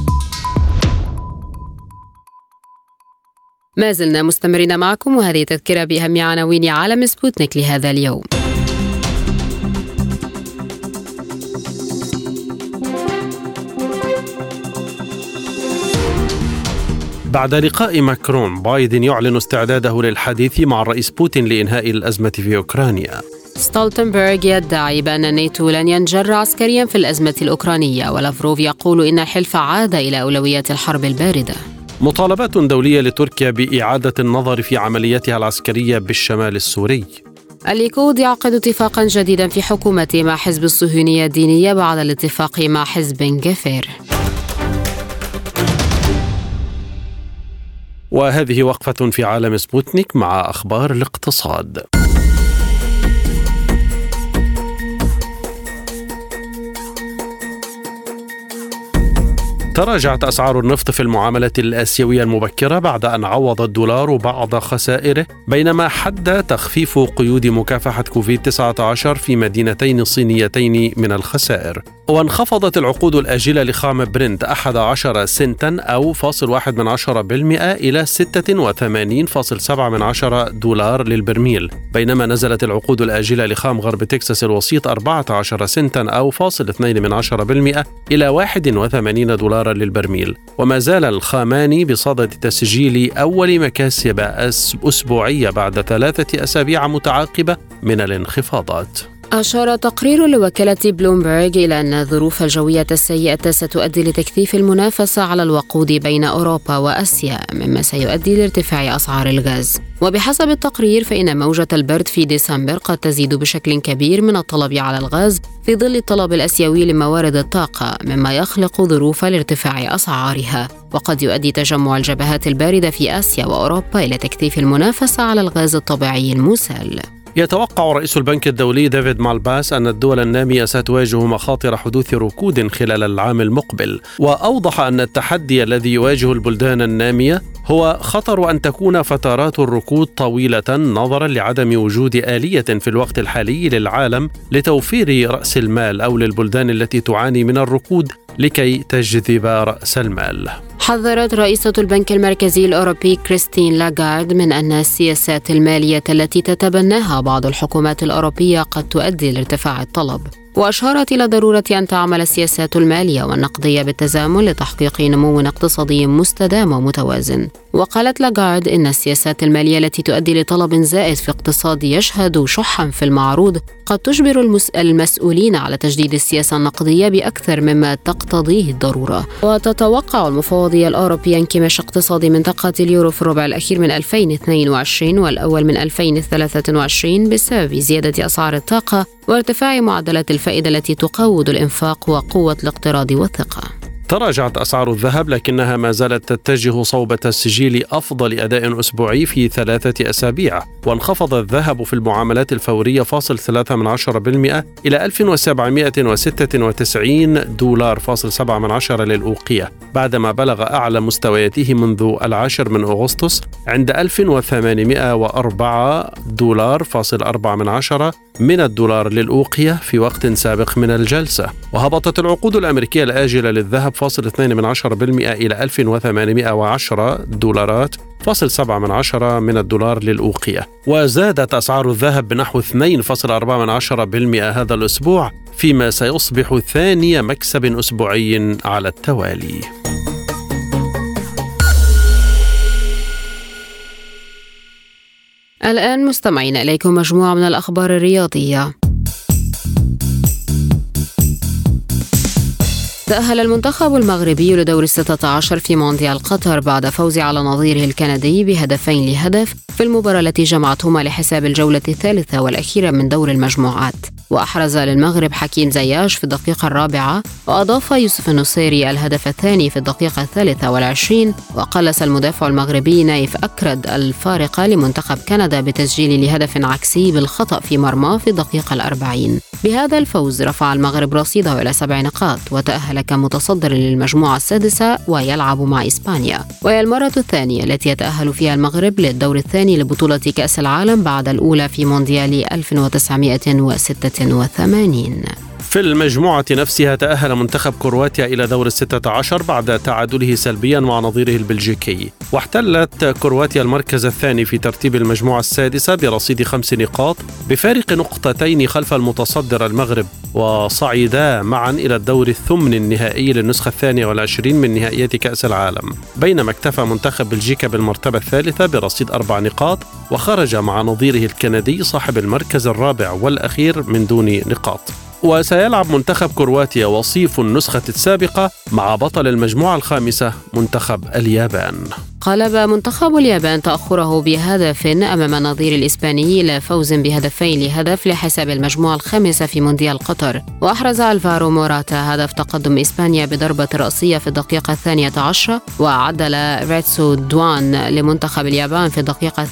ما زلنا مستمرين معكم، وهذه تذكرة بأهم عناوين عالم سبوتنيك لهذا اليوم. بعد لقاء ماكرون، بايدن يعلن استعداده للحديث مع الرئيس بوتين لإنهاء الأزمة في أوكرانيا. ستولتنبرغ يدعي بأن الناتو لن ينجر عسكريا في الأزمة الأوكرانية، ولافروف يقول إن الحلف عاد إلى أولويات الحرب الباردة. مطالبات دولية لتركيا بإعادة النظر في عملياتها العسكرية بالشمال السوري. الليكود يعقد اتفاقا جديدا في حكومته مع حزب الصهيونية الدينية بعد الاتفاق مع حزب جفير. وهذه وقفة في عالم سبوتنيك مع أخبار الاقتصاد. تراجعت أسعار النفط في المعاملة الآسيوية المبكرة بعد أن عوض الدولار بعض خسائره، بينما حد تخفيف قيود مكافحة كوفيد-19 في مدينتين صينيتين من الخسائر. وانخفضت العقود الآجلة لخام برنت 11 سنتا أو 0.1% إلى 86.7 دولار للبرميل، بينما نزلت العقود الآجلة لخام غرب تكساس الوسيط 14 سنتا أو 0.2% إلى 81 دولار للبرميل. وما زال الخامان بصدد تسجيل أول مكاسب أسبوعية بعد 3 أسابيع متعاقبة من الانخفاضات. أشار تقرير لوكالة بلومبرغ إلى أن الظروف الجوية السيئة ستؤدي لتكثيف المنافسة على الوقود بين أوروبا وآسيا، مما سيؤدي لارتفاع أسعار الغاز. وبحسب التقرير فإن موجة البرد في ديسمبر قد تزيد بشكل كبير من الطلب على الغاز في ظل الطلب الآسيوي لموارد الطاقة، مما يخلق ظروف لارتفاع أسعارها. وقد يؤدي تجمع الجبهات الباردة في آسيا وأوروبا إلى تكثيف المنافسة على الغاز الطبيعي المسال. يتوقع رئيس البنك الدولي ديفيد مالباس أن الدول النامية ستواجه مخاطر حدوث ركود خلال العام المقبل، وأوضح أن التحدي الذي يواجه البلدان النامية هو خطر أن تكون فترات الركود طويلة نظرا لعدم وجود آلية في الوقت الحالي للعالم لتوفير رأس المال أو للبلدان التي تعاني من الركود لكي تجذب رأس المال. حذرت رئيسة البنك المركزي الأوروبي كريستين لاغارد من أن السياسات المالية التي تتبناها بعض الحكومات الأوروبية قد تؤدي لارتفاع الطلب، وأشارت إلى ضرورة أن تعمل السياسات المالية والنقدية بالتزامن لتحقيق نمو اقتصادي مستدام ومتوازن. وقالت لاغارد إن السياسات المالية التي تؤدي لطلب زائد في اقتصاد يشهد شحا في المعروض قد تجبر المسؤولين على تجديد السياسة النقدية بأكثر مما تقتضيه الضرورة. وتتوقع المفوضية الأوروبية انكماش اقتصادي منطقة اليورو في الربع الأخير من 2022 والأول من 2023 بسبب زيادة أسعار الطاقة وارتفاع معدلات الفائدة التي تقوض الإنفاق وقوة الاقتراض والثقة. تراجعت أسعار الذهب لكنها ما زالت تتجه صوب تسجيل أفضل أداء أسبوعي في 3 أسابيع، وانخفض الذهب في المعاملات الفورية 0.3% إلى 1796 دولار 0.7 للأوقية، بعدما بلغ أعلى مستوياته منذ 10 من أغسطس عند 1804 دولار 0.4 من الدولار للأوقية في وقت سابق من الجلسة. وهبطت العقود الأمريكية الآجلة للذهب 0.2% إلى 1810 دولارات 0.7 من الدولار للأوقية. وزادت أسعار الذهب بنحو 2.4% هذا الأسبوع، فيما سيصبح ثاني مكسب أسبوعي على التوالي. الآن مستمعين إليكم مجموعة من الأخبار الرياضية. تأهل المنتخب المغربي لدور 16 في مونديال قطر بعد فوز على نظيره الكندي ب2-1 في المباراة التي جمعتهما لحساب الجولة الثالثة والأخيرة من دور المجموعات. وأحرز للمغرب حكيم زياش في الدقيقة 4، وأضاف يوسف النصيري الهدف الثاني في الدقيقة 23، وقلص المدافع المغربي نايف أكرد الفارق لمنتخب كندا بتسجيل لهدف عكسي بالخطأ في مرمى في الدقيقة 40. بهذا الفوز رفع المغرب رصيده إلى 7 نقاط وتأهل كمتصدر للمجموعة السادسة ويلعب مع إسبانيا، وهي المرة الثانية التي يتأهل فيها المغرب للدور الثاني لبطولة كأس العالم بعد الأولى في مونديال 1986. في المجموعة نفسها تأهل منتخب كرواتيا إلى دور 16 بعد تعادله سلبيا مع نظيره البلجيكي، واحتلت كرواتيا المركز الثاني في ترتيب المجموعة السادسة برصيد 5 نقاط بفارق نقطتين خلف المتصدر المغرب، وصعدا معا إلى الدور الثمن النهائي للنسخة 22 من نهائيات كأس العالم، بينما اكتفى منتخب بلجيكا بالمرتبة الثالثة برصيد 4 نقاط وخرج مع نظيره الكندي صاحب المركز الرابع والأخير من دون نقاط. وسيلعب منتخب كرواتيا وصيف النسخة السابقة مع بطل المجموعة الخامسة منتخب اليابان. قلب منتخب اليابان تأخره بهدف أمام النظير الإسباني إلى فوز بهدفين لهدف لحساب المجموعة الخامسة في مونديال قطر. وأحرز ألفارو موراتا هدف تقدم إسبانيا بضربة رأسية في الدقيقة 12، وعدل ريتسو دوان لمنتخب اليابان في الدقيقة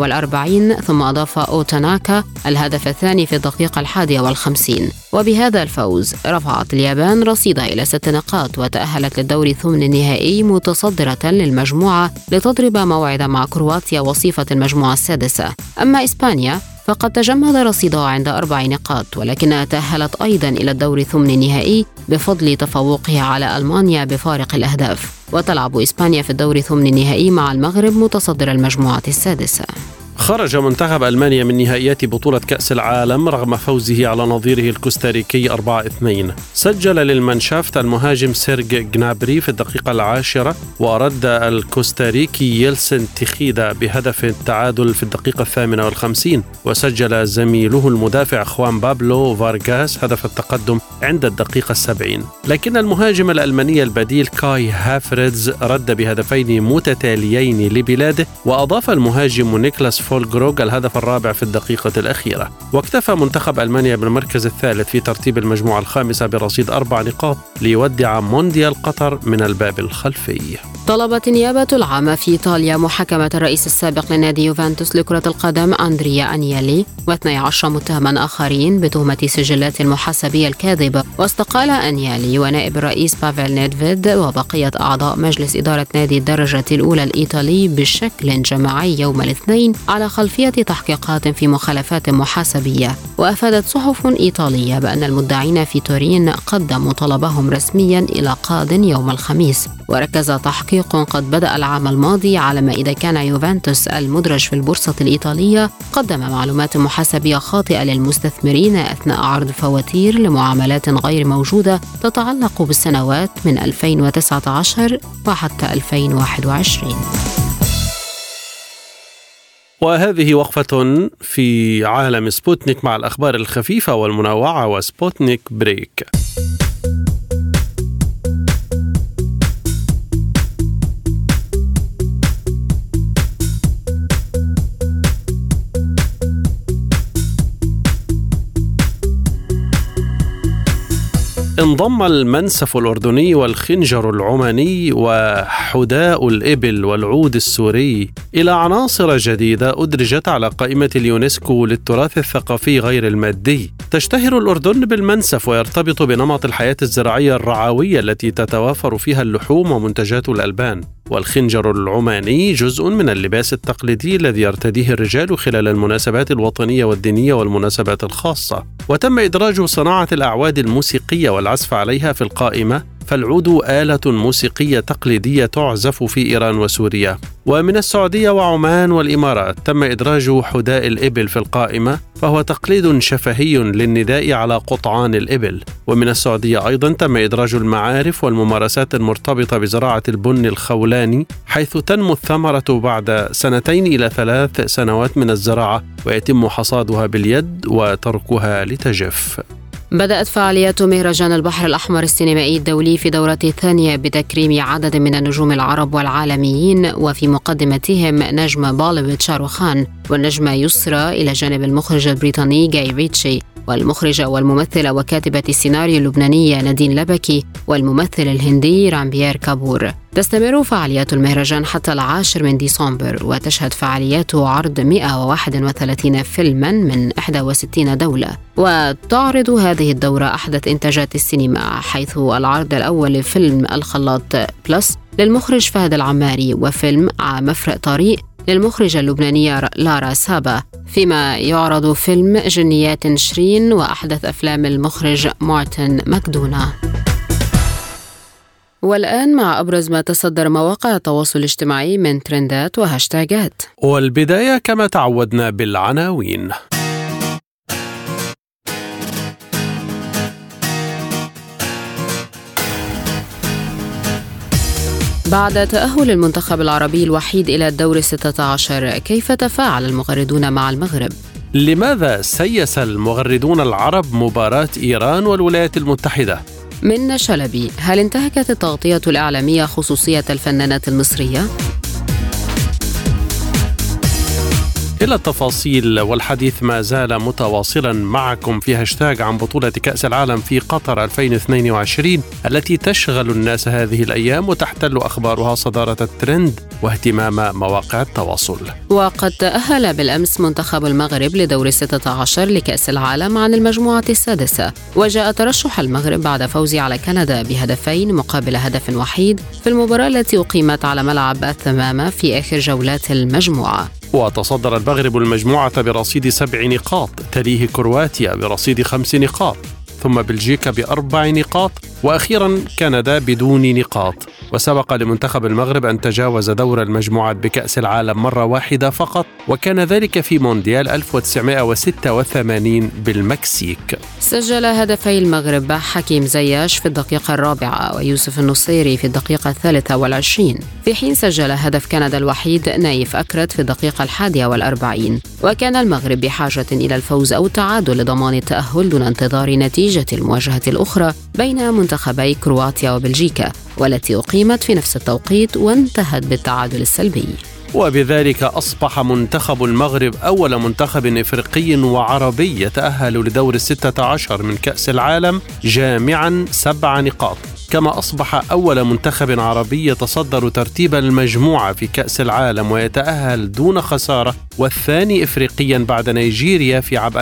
48، ثم أضاف أوتاناكا الهدف الثاني في الدقيقة 51. وبهذا الفوز رفعت اليابان رصيدها إلى 6 نقاط وتأهلت للدور الثمن النهائي متصدرة للمجموعة لتضرب موعد مع كرواتيا وصيفة المجموعة السادسة. أما إسبانيا فقد تجمد رصيدها عند 4 نقاط، ولكنها تأهلت أيضا إلى الدور الثمن النهائي بفضل تفوقها على ألمانيا بفارق الأهداف. وتلعب إسبانيا في الدور الثمن النهائي مع المغرب متصدر المجموعة السادسة. خرج منتخب ألمانيا من نهائيات بطولة كأس العالم رغم فوزه على نظيره الكوستاريكي 4-2. سجل للمانشافت المهاجم سيرج جنابري في الدقيقة 10، ورد الكوستاريكي يلسن تخيدا بهدف التعادل في الدقيقة 58، وسجل زميله المدافع خوان بابلو فارغاس هدف التقدم عند الدقيقة 70. لكن المهاجم الألماني البديل كاي هافريدز رد بهدفين متتاليين لبلاده، وأضاف المهاجم نيكلاس فولغروغ الهدف الرابع في الدقيقة الأخيرة. واكتفى منتخب ألمانيا بالمركز الثالث في ترتيب المجموعة الخامسة برصيد 4 نقاط ليودع مونديال قطر من الباب الخلفي. طلبت النيابة العامة في إيطاليا محاكمة الرئيس السابق لنادي يوفنتوس لكرة القدم أندريا أنيالي و12 متهما آخرين بتهمة سجلات المحاسبية الكاذبة. واستقال أنيالي ونائب الرئيس بافيل نيدفيد وبقية أعضاء مجلس إدارة نادي الدرجة الأولى الإيطالي بشكل جماعي يوم الاثنين على خلفية تحقيقات في مخالفات محاسبية. وأفادت صحف إيطالية بأن المدعين في تورين قدموا طلبهم رسميا إلى قاض يوم الخميس. وركز تحقيق قد بدأ العام الماضي على ما إذا كان يوفنتوس المدرج في البورصة الإيطالية قدم معلومات محاسبية خاطئة للمستثمرين أثناء عرض فواتير لمعاملات غير موجودة تتعلق بالسنوات من 2019 وحتى 2021. وهذه وقفة في عالم سبوتنيك مع الأخبار الخفيفة والمنوعة وسبوتنيك بريك. انضم المنسف الأردني والخنجر العماني وحداء الإبل والعود السوري إلى عناصر جديدة أدرجت على قائمة اليونسكو للتراث الثقافي غير المادي. تشتهر الأردن بالمنسف ويرتبط بنمط الحياة الزراعية الرعوية التي تتوافر فيها اللحوم ومنتجات الألبان. والخنجر العماني جزء من اللباس التقليدي الذي يرتديه الرجال خلال المناسبات الوطنية والدينية والمناسبات الخاصة. وتم إدراج صناعة الأعواد الموسيقية والعزف عليها في القائمة، فالعود آلة موسيقية تقليدية تعزف في إيران وسوريا. ومن السعودية وعمان والإمارات تم إدراج حداء الإبل في القائمة، فهو تقليد شفهي للنداء على قطعان الإبل. ومن السعودية أيضا تم إدراج المعارف والممارسات المرتبطة بزراعة البن الخولاني، حيث تنمو الثمرة بعد 2 إلى 3 سنوات من الزراعة، ويتم حصادها باليد وتركها لتجف. بدأت فعاليات مهرجان البحر الأحمر السينمائي الدولي في دورته الثانية بتكريم عدد من النجوم العرب والعالميين، وفي مقدمتهم نجم بوليوود شاروخان، والنجمة يسرى إلى جانب المخرج البريطاني جاي ريتشي، والمخرجة والممثلة وكاتبة السيناريو اللبنانية نادين لبكي، والممثل الهندي رامبير كابور. تستمر فعاليات المهرجان حتى 10 من ديسمبر، وتشهد فعالياته عرض 131 فيلما من 61 دولة. وتعرض هذه الدورة أحدث إنتاجات السينما، حيث العرض الأول لفيلم الخلاط بلس للمخرج فهد العماري، وفيلم مفرق طريق للمخرجة اللبنانية لارا سابا، فيما يعرض فيلم جنيات شيرين وأحدث أفلام المخرج مارتن مكدونا. والآن مع أبرز ما تصدر مواقع التواصل الاجتماعي من ترندات وهاشتاجات. والبداية كما تعودنا بالعناوين. بعد تأهل المنتخب العربي الوحيد إلى الدور 16، كيف تفاعل المغردون مع المغرب؟ لماذا سيس المغردون العرب مباراة إيران والولايات المتحدة؟ من شلبي: هل انتهكت التغطية الإعلامية خصوصية الفنانات المصرية؟ إلى التفاصيل والحديث ما زال متواصلا معكم في هاشتاج عن بطولة كأس العالم في قطر 2022 التي تشغل الناس هذه الأيام وتحتل أخبارها صدارة الترند واهتمام مواقع التواصل. وقد تأهل بالأمس منتخب المغرب لدور 16 لكأس العالم عن المجموعة السادسة، وجاء ترشح المغرب بعد فوز على كندا بهدفين مقابل هدف وحيد في المباراة التي أقيمت على ملعب الثمامة في آخر جولات المجموعة. وتصدر المغرب المجموعة برصيد 7 نقاط، تليه كرواتيا برصيد 5 نقاط، ثم بلجيكا ب4 نقاط، وأخيرا كندا بدون نقاط. وسبق لمنتخب المغرب أن تجاوز دور المجموعات بكأس العالم مرة واحدة فقط، وكان ذلك في مونديال 1986 بالمكسيك. سجل هدفي المغرب حكيم زياش في الدقيقة 4 ويوسف النصيري في الدقيقة 23، في حين سجل هدف كندا الوحيد نايف أكرت في الدقيقة 41. وكان المغرب بحاجة إلى الفوز أو التعادل لضمان التأهل دون انتظار نتيجة المواجهة الأخرى بين منتخبي كرواتيا وبلجيكا، والتي أقيمت في نفس التوقيت وانتهت بالتعادل السلبي. وبذلك أصبح منتخب المغرب أول منتخب إفريقي وعربي يتأهل لدور 16 من كأس العالم جامعا 7 نقاط، كما أصبح أول منتخب عربي يتصدر ترتيب المجموعة في كأس العالم ويتأهل دون خسارة، والثاني إفريقيا بعد نيجيريا في عام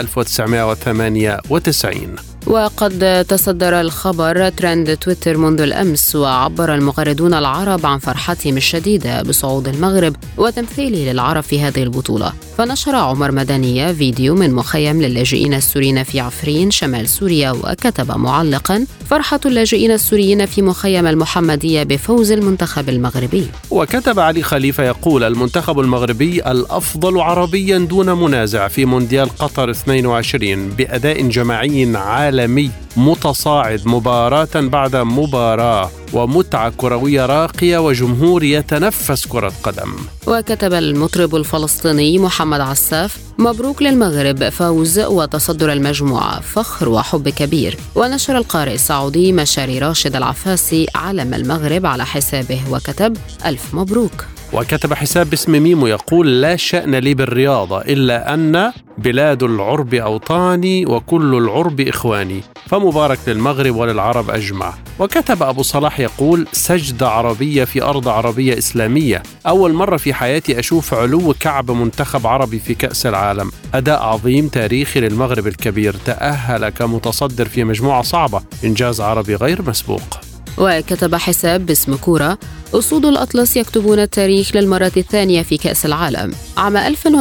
1998. وقد تصدر الخبر ترند تويتر منذ الأمس، وعبر المغردون العرب عن فرحتهم الشديدة بصعود المغرب وتمثيله للعرب في هذه البطولة. فنشر عمر مدنية فيديو من مخيم للاجئين السوريين في عفرين شمال سوريا، وكتب معلقا: فرحة اللاجئين السوريين في مخيم المحمدية بفوز المنتخب المغربي. وكتب علي خليفة يقول: المنتخب المغربي الأفضل عربيا دون منازع في مونديال قطر 22 بأداء جماعي عالمي متصاعد مباراة بعد مباراة، ومتعة كروية راقية، وجمهور يتنفس كرة قدم. وكتب المطرب الفلسطيني محمد عساف: مبروك للمغرب فوز وتصدر المجموعة، فخر وحب كبير. ونشر القارئ السعودي مشاري راشد العفاسي علم المغرب على حسابه وكتب: ألف مبروك. وكتب حساب باسم ميمو يقول: لا شأن لي بالرياضة إلا أن بلاد العرب أوطاني وكل العرب إخواني، فمبارك للمغرب وللعرب أجمع. وكتب أبو صلاح يقول: سجدة عربية في أرض عربية إسلامية، أول مرة في حياتي أشوف علو كعب منتخب عربي في كأس العالم، أداء عظيم تاريخي للمغرب الكبير، تأهل كمتصدر في مجموعة صعبة، إنجاز عربي غير مسبوق. وكتب حساب باسم كورة: أسود الأطلس يكتبون التاريخ للمرة الثانية في كأس العالم. عام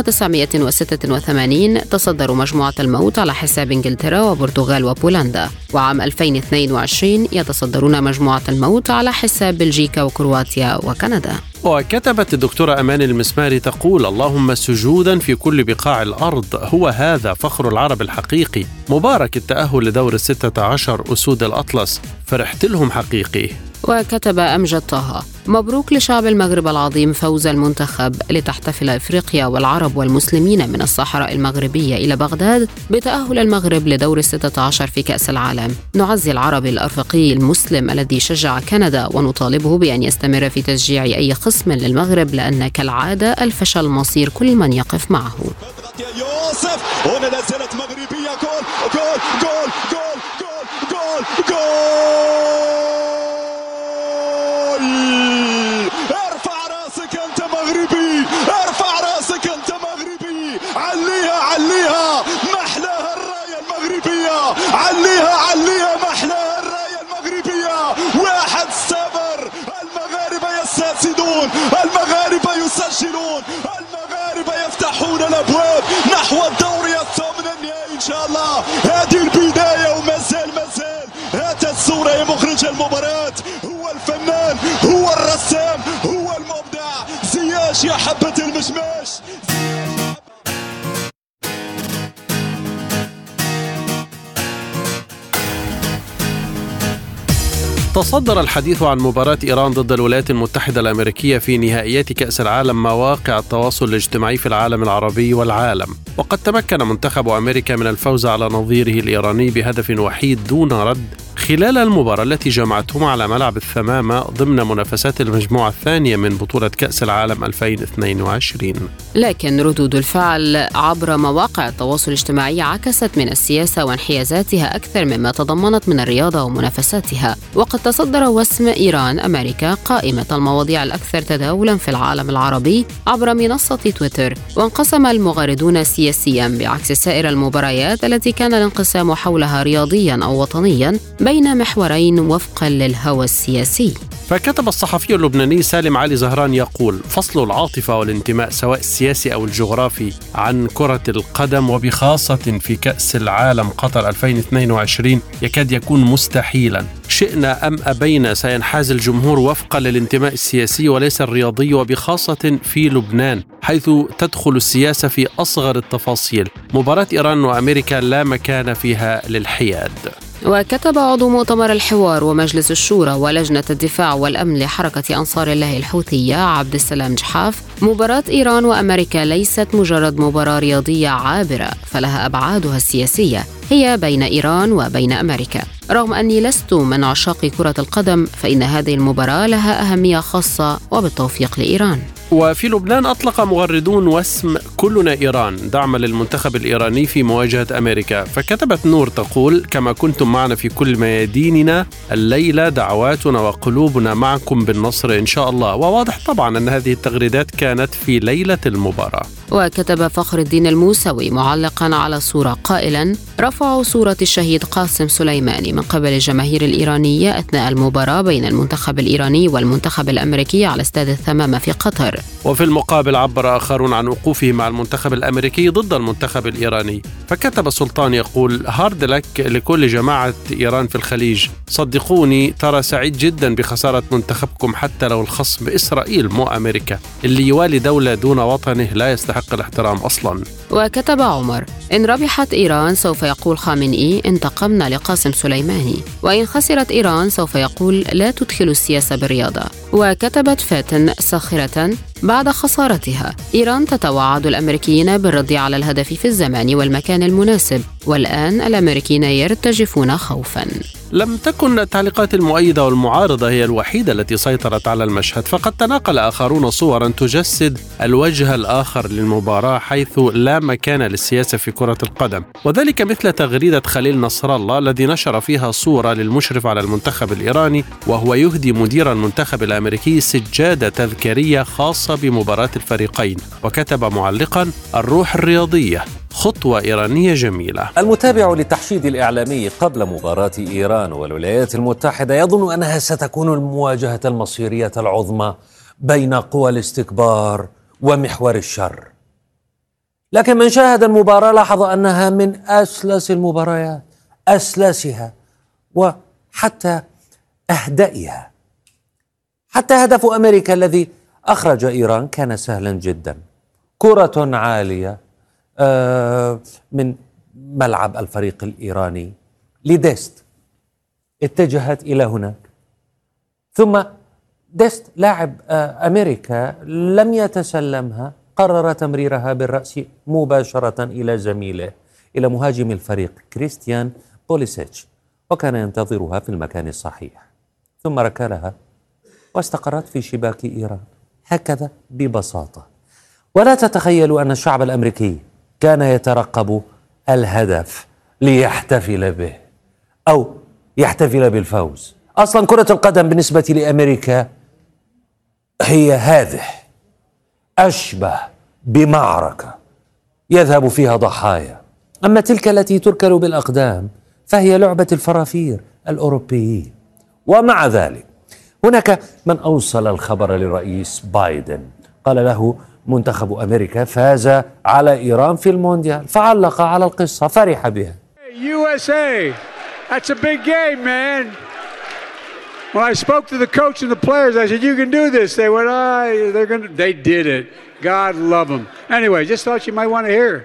1986 تصدروا مجموعة الموت على حساب إنجلترا وبرتغال وبولندا، وعام 2022 يتصدرون مجموعة الموت على حساب بلجيكا وكرواتيا وكندا. وكتبت الدكتورة أمان المسماري تقول: اللهم سجودا في كل بقاع الأرض، هو هذا فخر العرب الحقيقي، مبارك التأهل لدور 16 أسود الأطلس، فرحت لهم حقيقي. وكتب أمجد طه: مبروك لشعب المغرب العظيم فوز المنتخب، لتحتفل إفريقيا والعرب والمسلمين من الصحراء المغربية إلى بغداد بتأهل المغرب لدور 16 في كأس العالم. نعزي العربي الأفريقي المسلم الذي شجع كندا ونطالبه بأن يستمر في تشجيع أي خصم للمغرب، لأن كالعادة الفشل مصير كل من يقف معه. يوسف هنا لا زالت مغربية، جول جول جول جول جول جول. ارفع راسك انت مغربي، ارفع راسك انت مغربي، عليها عليها محلاها الراية المغربية، عليها عليها محلاها الراية المغربية. 1-0 المغاربة يستسدون، المغاربة يسجلون، المغاربة يفتحون الابواب نحو الدوري الثامن النهائي ان شاء الله. هذه البداية ومازال هات الصورة يا مخرج المباراة، هو الفنان، هو الرسام، هو المبدع، زياش يا حبة المشماش. تصدر الحديث عن مباراة إيران ضد الولايات المتحدة الأمريكية في نهائيات كأس العالم مواقع التواصل الاجتماعي في العالم العربي والعالم، وقد تمكن منتخب أمريكا من الفوز على نظيره الإيراني بهدف وحيد دون رد خلال المباراة التي جمعتهم على ملعب الثمامة ضمن منافسات المجموعة الثانية من بطولة كأس العالم 2022. لكن ردود الفعل عبر مواقع التواصل الاجتماعي عكست من السياسة وانحيازاتها أكثر مما تضمنت من الرياضة ومنافساتها. وقد تصدر وسم إيران أمريكا قائمة المواضيع الأكثر تداولا في العالم العربي عبر منصة تويتر. وانقسم المغردون سياسيا بعكس سائر المباريات التي كان الانقسام حولها رياضيا أو وطنيا بين محورين وفقا للهوى السياسي. فكتب الصحفي اللبناني سالم علي زهران يقول: فصل العاطفة والانتماء سواء السياسي أو الجغرافي عن كرة القدم وبخاصة في كأس العالم قطر 2022 يكاد يكون مستحيلا. شئنا أم أبينا سينحاز الجمهور وفقا للانتماء السياسي وليس الرياضي، وبخاصة في لبنان حيث تدخل السياسة في أصغر التفاصيل. مباراة إيران وأمريكا لا مكان فيها للحياد. وكتب عضو مؤتمر الحوار ومجلس الشورى ولجنة الدفاع والأمن لحركة أنصار الله الحوثية عبد السلام جحاف: مباراة إيران وأمريكا ليست مجرد مباراة رياضية عابرة، فلها أبعادها السياسية، هي بين إيران وبين أمريكا. رغم أني لست من عشاق كرة القدم فإن هذه المباراة لها أهمية خاصة وبالتوفيق لإيران. وفي لبنان أطلق مغردون وسم كلنا إيران دعما للمنتخب الإيراني في مواجهة أمريكا. فكتبت نور تقول: كما كنتم معنا في كل مياديننا الليلة دعواتنا وقلوبنا معكم بالنصر إن شاء الله. وواضح طبعا أن هذه التغريدات كانت في ليلة المباراة. وكتب فخر الدين الموسوي معلقا على صورة قائلا: رفعوا صورة الشهيد قاسم سليماني من قبل الجماهير الإيرانية أثناء المباراة بين المنتخب الإيراني والمنتخب الأمريكي على استاد الثمامة في قطر. وفي المقابل عبر آخرون عن وقوفه مع المنتخب الأمريكي ضد المنتخب الإيراني. فكتب سلطان يقول: هارد لك لكل جماعة إيران في الخليج، صدقوني ترى سعيد جدا بخسارة منتخبكم حتى لو الخصم إسرائيل مو أمريكا. اللي يوالي دولة دون وطنه لا يستحق الاحترام أصلا. وكتب عمر: إن ربحت إيران سوف يقول خامنئي انتقمنا لقاسم سليماني، وإن خسرت إيران سوف يقول لا تدخل السياسة بالرياضة. وكتبت فاتن ساخرة بعد خسارتها: إيران تتوعد الأمريكيين بالرد على الهدف في الزمان والمكان المناسب، والآن الأمريكيين يرتجفون خوفا. لم تكن التعليقات المؤيدة والمعارضة هي الوحيدة التي سيطرت على المشهد، فقد تناقل آخرون صورا تجسد الوجه الآخر للمباراة حيث لا مكان للسياسة في كرة القدم، وذلك مثل تغريدة خليل نصر الله الذي نشر فيها صورة للمشرف على المنتخب الإيراني وهو يهدي مدير المنتخب الأمريكي سجادة تذكارية خاصة بمباراة الفريقين، وكتب معلقا: الروح الرياضية خطوة إيرانية جميلة. المتابع للتحشيد الإعلامي قبل مباراة إيران والولايات المتحدة يظن أنها ستكون المواجهة المصيرية العظمى بين قوى الاستكبار ومحور الشر، لكن من شاهد المباراة لاحظ أنها من أسلس المباريات، أسلسها وحتى أهدئها. حتى هدف أمريكا الذي أخرج إيران كان سهلا جدا، كرة عالية من ملعب الفريق الإيراني لديست اتجهت إلى هناك، ثم ديست لاعب أمريكا لم يتسلمها، قرر تمريرها بالرأس مباشرة إلى زميله، إلى مهاجم الفريق كريستيان بوليسيتش، وكان ينتظرها في المكان الصحيح، ثم ركلها واستقرت في شباك إيران هكذا ببساطة. ولا تتخيلوا أن الشعب الأمريكي كان يترقب الهدف ليحتفل به أو يحتفل بالفوز. أصلا كرة القدم بالنسبة لأمريكا هي هذه، أشبه بمعركة يذهب فيها ضحايا، أما تلك التي تركل بالأقدام فهي لعبة الفرافير الأوروبيين. ومع ذلك هناك من أوصل الخبر للرئيس بايدن، قال له: منتخب أمريكا فاز على إيران في المونديال، فعلق على القصة، فرح بها. USA, that's a big game, man. When I spoke to the coach and the players, I said, you can do this. They went, they did it. God love them. Anyway, just thought you might want to hear.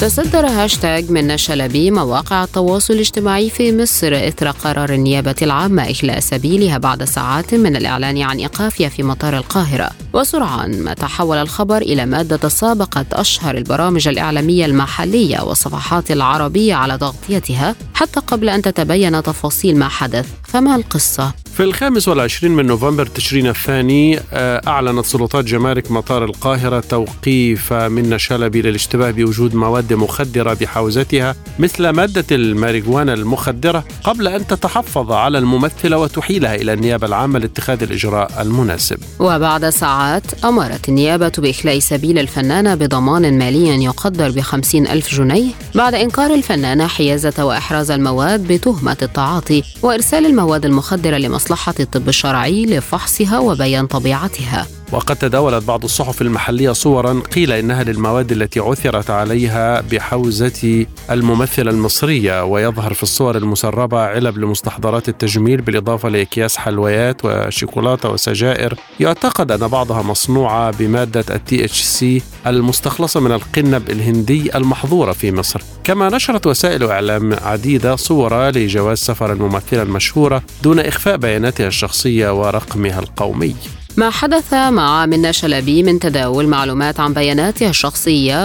تصدر هاشتاج منى شلبي مواقع التواصل الاجتماعي في مصر إثر قرار النيابة العامة إخلاء سبيلها بعد ساعات من الإعلان عن إيقافها في مطار القاهرة. وسرعان ما تحول الخبر إلى مادة سابقت أشهر البرامج الإعلامية المحلية والصفحات العربية على تغطيتها حتى قبل أن تتبين تفاصيل ما حدث. فما القصة؟ في 25 من نوفمبر تشرين الثاني أعلنت سلطات جمارك مطار القاهرة توقيف منى شلبي للاشتباه بوجود مواد مخدرة بحوزتها مثل مادة الماريجوانا المخدرة قبل أن تتحفظ على الممثلة وتحيلها إلى النيابة العامة لاتخاذ الإجراء المناسب. وبعد ساعات أمرت النيابة بإخلاء سبيل الفنانة بضمان مالي يقدر ب50,000 جنيه بعد إنكار الفنانة حيازة وإحراز المواد بتهمة التعاطي وإرسال المواد المخدرة لمصلحة الطب الشرعي لفحصها وبيان طبيعتها. وقد تداولت بعض الصحف المحلية صورا قيل إنها للمواد التي عثرت عليها بحوزة الممثلة المصرية، ويظهر في الصور المسربة علب لمستحضرات التجميل بالإضافة لأكياس حلويات وشوكولاتة وسجائر يعتقد أن بعضها مصنوعة بمادة THC المستخلصة من القنب الهندي المحظورة في مصر. كما نشرت وسائل إعلام عديدة صور لجواز سفر الممثلة المشهورة دون إخفاء بياناتها الشخصية ورقمها القومي. ما حدث مع منى شلبي من تداول معلومات عن بياناتها الشخصية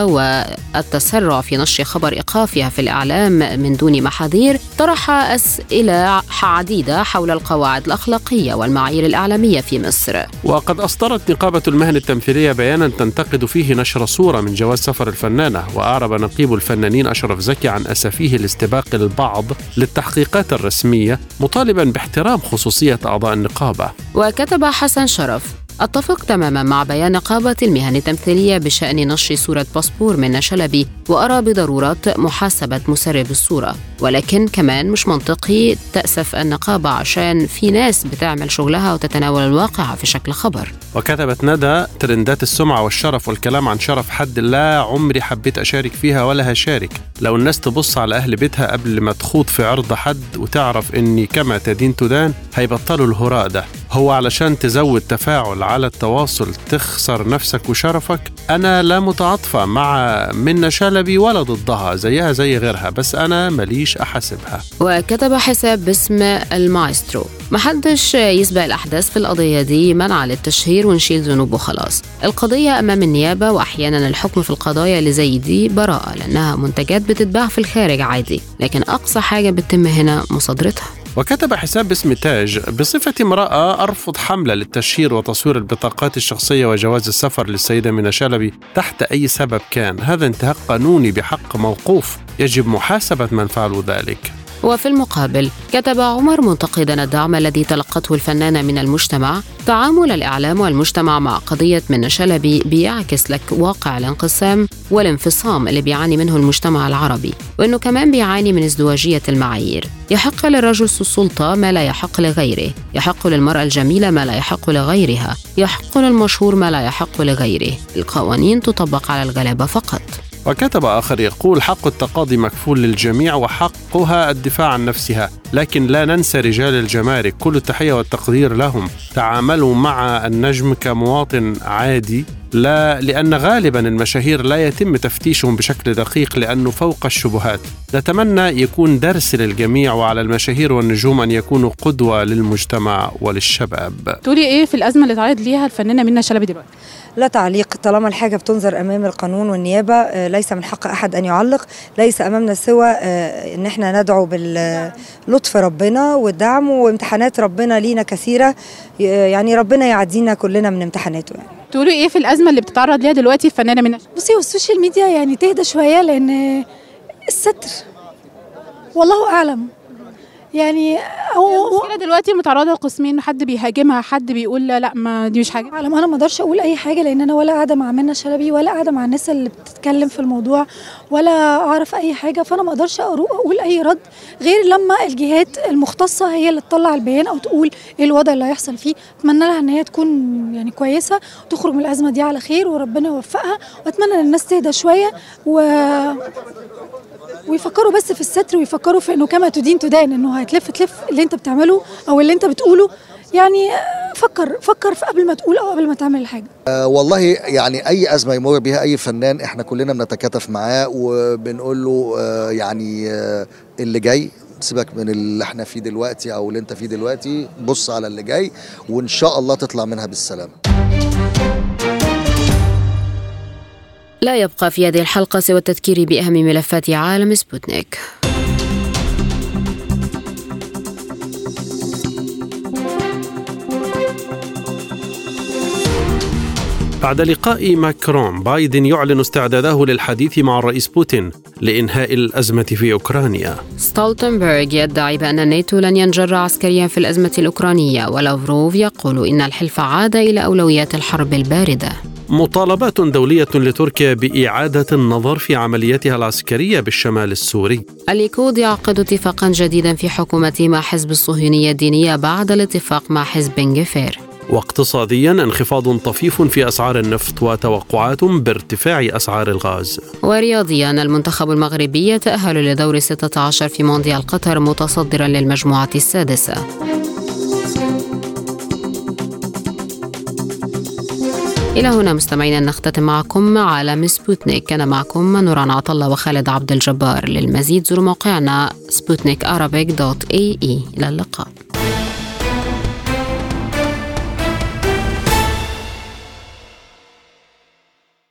والتسرع في نشر خبر إيقافها في الإعلام من دون محاذير طرح أسئلة عديدة حول القواعد الأخلاقية والمعايير الإعلامية في مصر. وقد أصدرت نقابة المهن التمثيلية بيانا تنتقد فيه نشر صورة من جواز سفر الفنانة، وأعرب نقيب الفنانين أشرف زكي عن أسفيه لاستباق البعض للتحقيقات الرسمية مطالبا باحترام خصوصية أعضاء النقابة. وكتب حسن شرف: أتفق تماما مع بيان نقابة المهن التمثيلية بشأن نشر صورة باسبور منى شلبي، وأرى بضرورة محاسبة مسرب الصورة، ولكن كمان مش منطقي تأسف النقابة عشان في ناس بتعمل شغلها وتتناول الواقع في شكل خبر. وكتبت ندى: ترندات السمعة والشرف والكلام عن شرف حد لا عمري حبيت أشارك فيها ولا هشارك. لو الناس تبص على أهل بيتها قبل ما تخوض في عرض حد وتعرف إني كما تدين تدان هيبطلوا الهراء ده. هو علشان تزود تفاعل على التواصل تخسر نفسك وشرفك؟ أنا لا متعاطفة مع منى شلبي ولا ضدها، زيها زي غيرها، بس أنا ماليش أحاسبها. وكتب حساب باسم المايسترو: محدش يسبق الأحداث في القضية دي، منع للتشهير ونشيل ذنوبه خلاص. القضية أمام النيابة، وأحيانا الحكم في القضايا اللي زي دي براءة لأنها منتجات بتتباع في الخارج عادي، لكن أقصى حاجة بتتم هنا مصادرتها. وكتب حساب باسم تاج: بصفتي امرأة أرفض حملة للتشهير وتصوير البطاقات الشخصية وجواز السفر للسيدة منى شلبي تحت أي سبب كان. هذا انتهاك قانوني بحق موقوف، يجب محاسبة من فعلوا ذلك. وفي المقابل كتب عمر منتقدا الدعم الذي تلقته الفنانة من المجتمع: تعامل الإعلام والمجتمع مع قضية منى شلبي بيعكس لك واقع الانقسام والانفصام اللي بيعاني منه المجتمع العربي، وإنه كمان بيعاني من ازدواجية المعايير. يحق للرجل السلطة ما لا يحق لغيره، يحق للمرأة الجميلة ما لا يحق لغيرها، يحق للمشهور ما لا يحق لغيره. القوانين تطبق على الغلابة فقط. وكتب آخر يقول: حق التقاضي مكفول للجميع وحقها الدفاع عن نفسها، لكن لا ننسى رجال الجمارك، كل التحية والتقدير لهم. تعاملوا مع النجم كمواطن عادي، لا لأن غالبا المشاهير لا يتم تفتيشهم بشكل دقيق لأنه فوق الشبهات. نتمنى يكون درس للجميع وعلى المشاهير والنجوم أن يكونوا قدوة للمجتمع وللشباب. تقولي إيه في الأزمة اللي تعرض ليها الفنانة منى شلبي دلوقتي؟ لا تعليق، طالما الحاجة بتنظر أمام القانون والنيابة ليس من حق أحد أن يعلق. ليس أمامنا سوى أن احنا ندعو باللطف ربنا والدعم، وامتحانات ربنا لينا كثيرة، يعني ربنا يعدينا كلنا من امتحاناته. يعني تقولوا إيه في الأزمة اللي بتتعرض ليها دلوقتي الفنانة منى؟ بصي، والسوشيال ميديا يعني تهدى شوية، لأن الستر والله أعلم. يعني المشكلة دلوقتي متعرضة لقسمين، حد بيهاجمها، حد بيقول لا ما دي مش حاجة. انا ما اقدرش اقول اي حاجة، لان انا ولا قاعدة مع منى شلبي ولا قاعدة مع الناس اللي بتتكلم في الموضوع ولا اعرف اي حاجة، فانا ما اقدرش اقول اي رد غير لما الجهات المختصة هي اللي تطلع البيان او تقول ايه الوضع اللي هيحصل فيه. اتمنى لها ان هي تكون يعني كويسة وتخرج من الازمة دي على خير وربنا يوفقها، واتمنى ان الناس تهدى شوية ويفكروا بس في الستر، ويفكروا في انه كما تدين تدان، انه هتلف اللي انت بتعمله او اللي انت بتقوله يعني فكر في قبل ما تقول أو قبل ما تعمل الحاجة. والله يعني أي أزمة يمر بها أي فنان إحنا كلنا بنتكاتف معاه وبنقول له يعني اللي جاي سيبك من اللي احنا فيه دلوقتي أو اللي انت فيه دلوقتي، بص على اللي جاي وإن شاء الله تطلع منها بالسلامة. لا يبقى في هذه الحلقة سوى التذكير بأهم ملفات عالم سبوتنيك. بعد لقاء ماكرون، بايدن يعلن استعداده للحديث مع الرئيس بوتين لإنهاء الأزمة في أوكرانيا. ستولتنبرغ يدعي بأن الناتو لن ينجر عسكريا في الأزمة الأوكرانية، ولافروف يقول إن الحلف عاد إلى أولويات الحرب الباردة. مطالبات دولية لتركيا بإعادة النظر في عملياتها العسكرية بالشمال السوري. الليكود يعقد اتفاقا جديدا في حكومته مع حزب الصهيونية الدينية بعد الاتفاق مع حزب بنغفير. واقتصاديا انخفاض طفيف في أسعار النفط وتوقعات بارتفاع أسعار الغاز. ورياضيا المنتخب المغربي يتأهل لدور 16 في مونديال قطر متصدرا للمجموعة السادسة. إلى هنا مستمعينا نختتم معكم عالم سبوتنيك. كان معكم نوران عطلة وخالد عبد الجبار. للمزيد زوروا موقعنا sputnikarabic.ae. إلى اللقاء.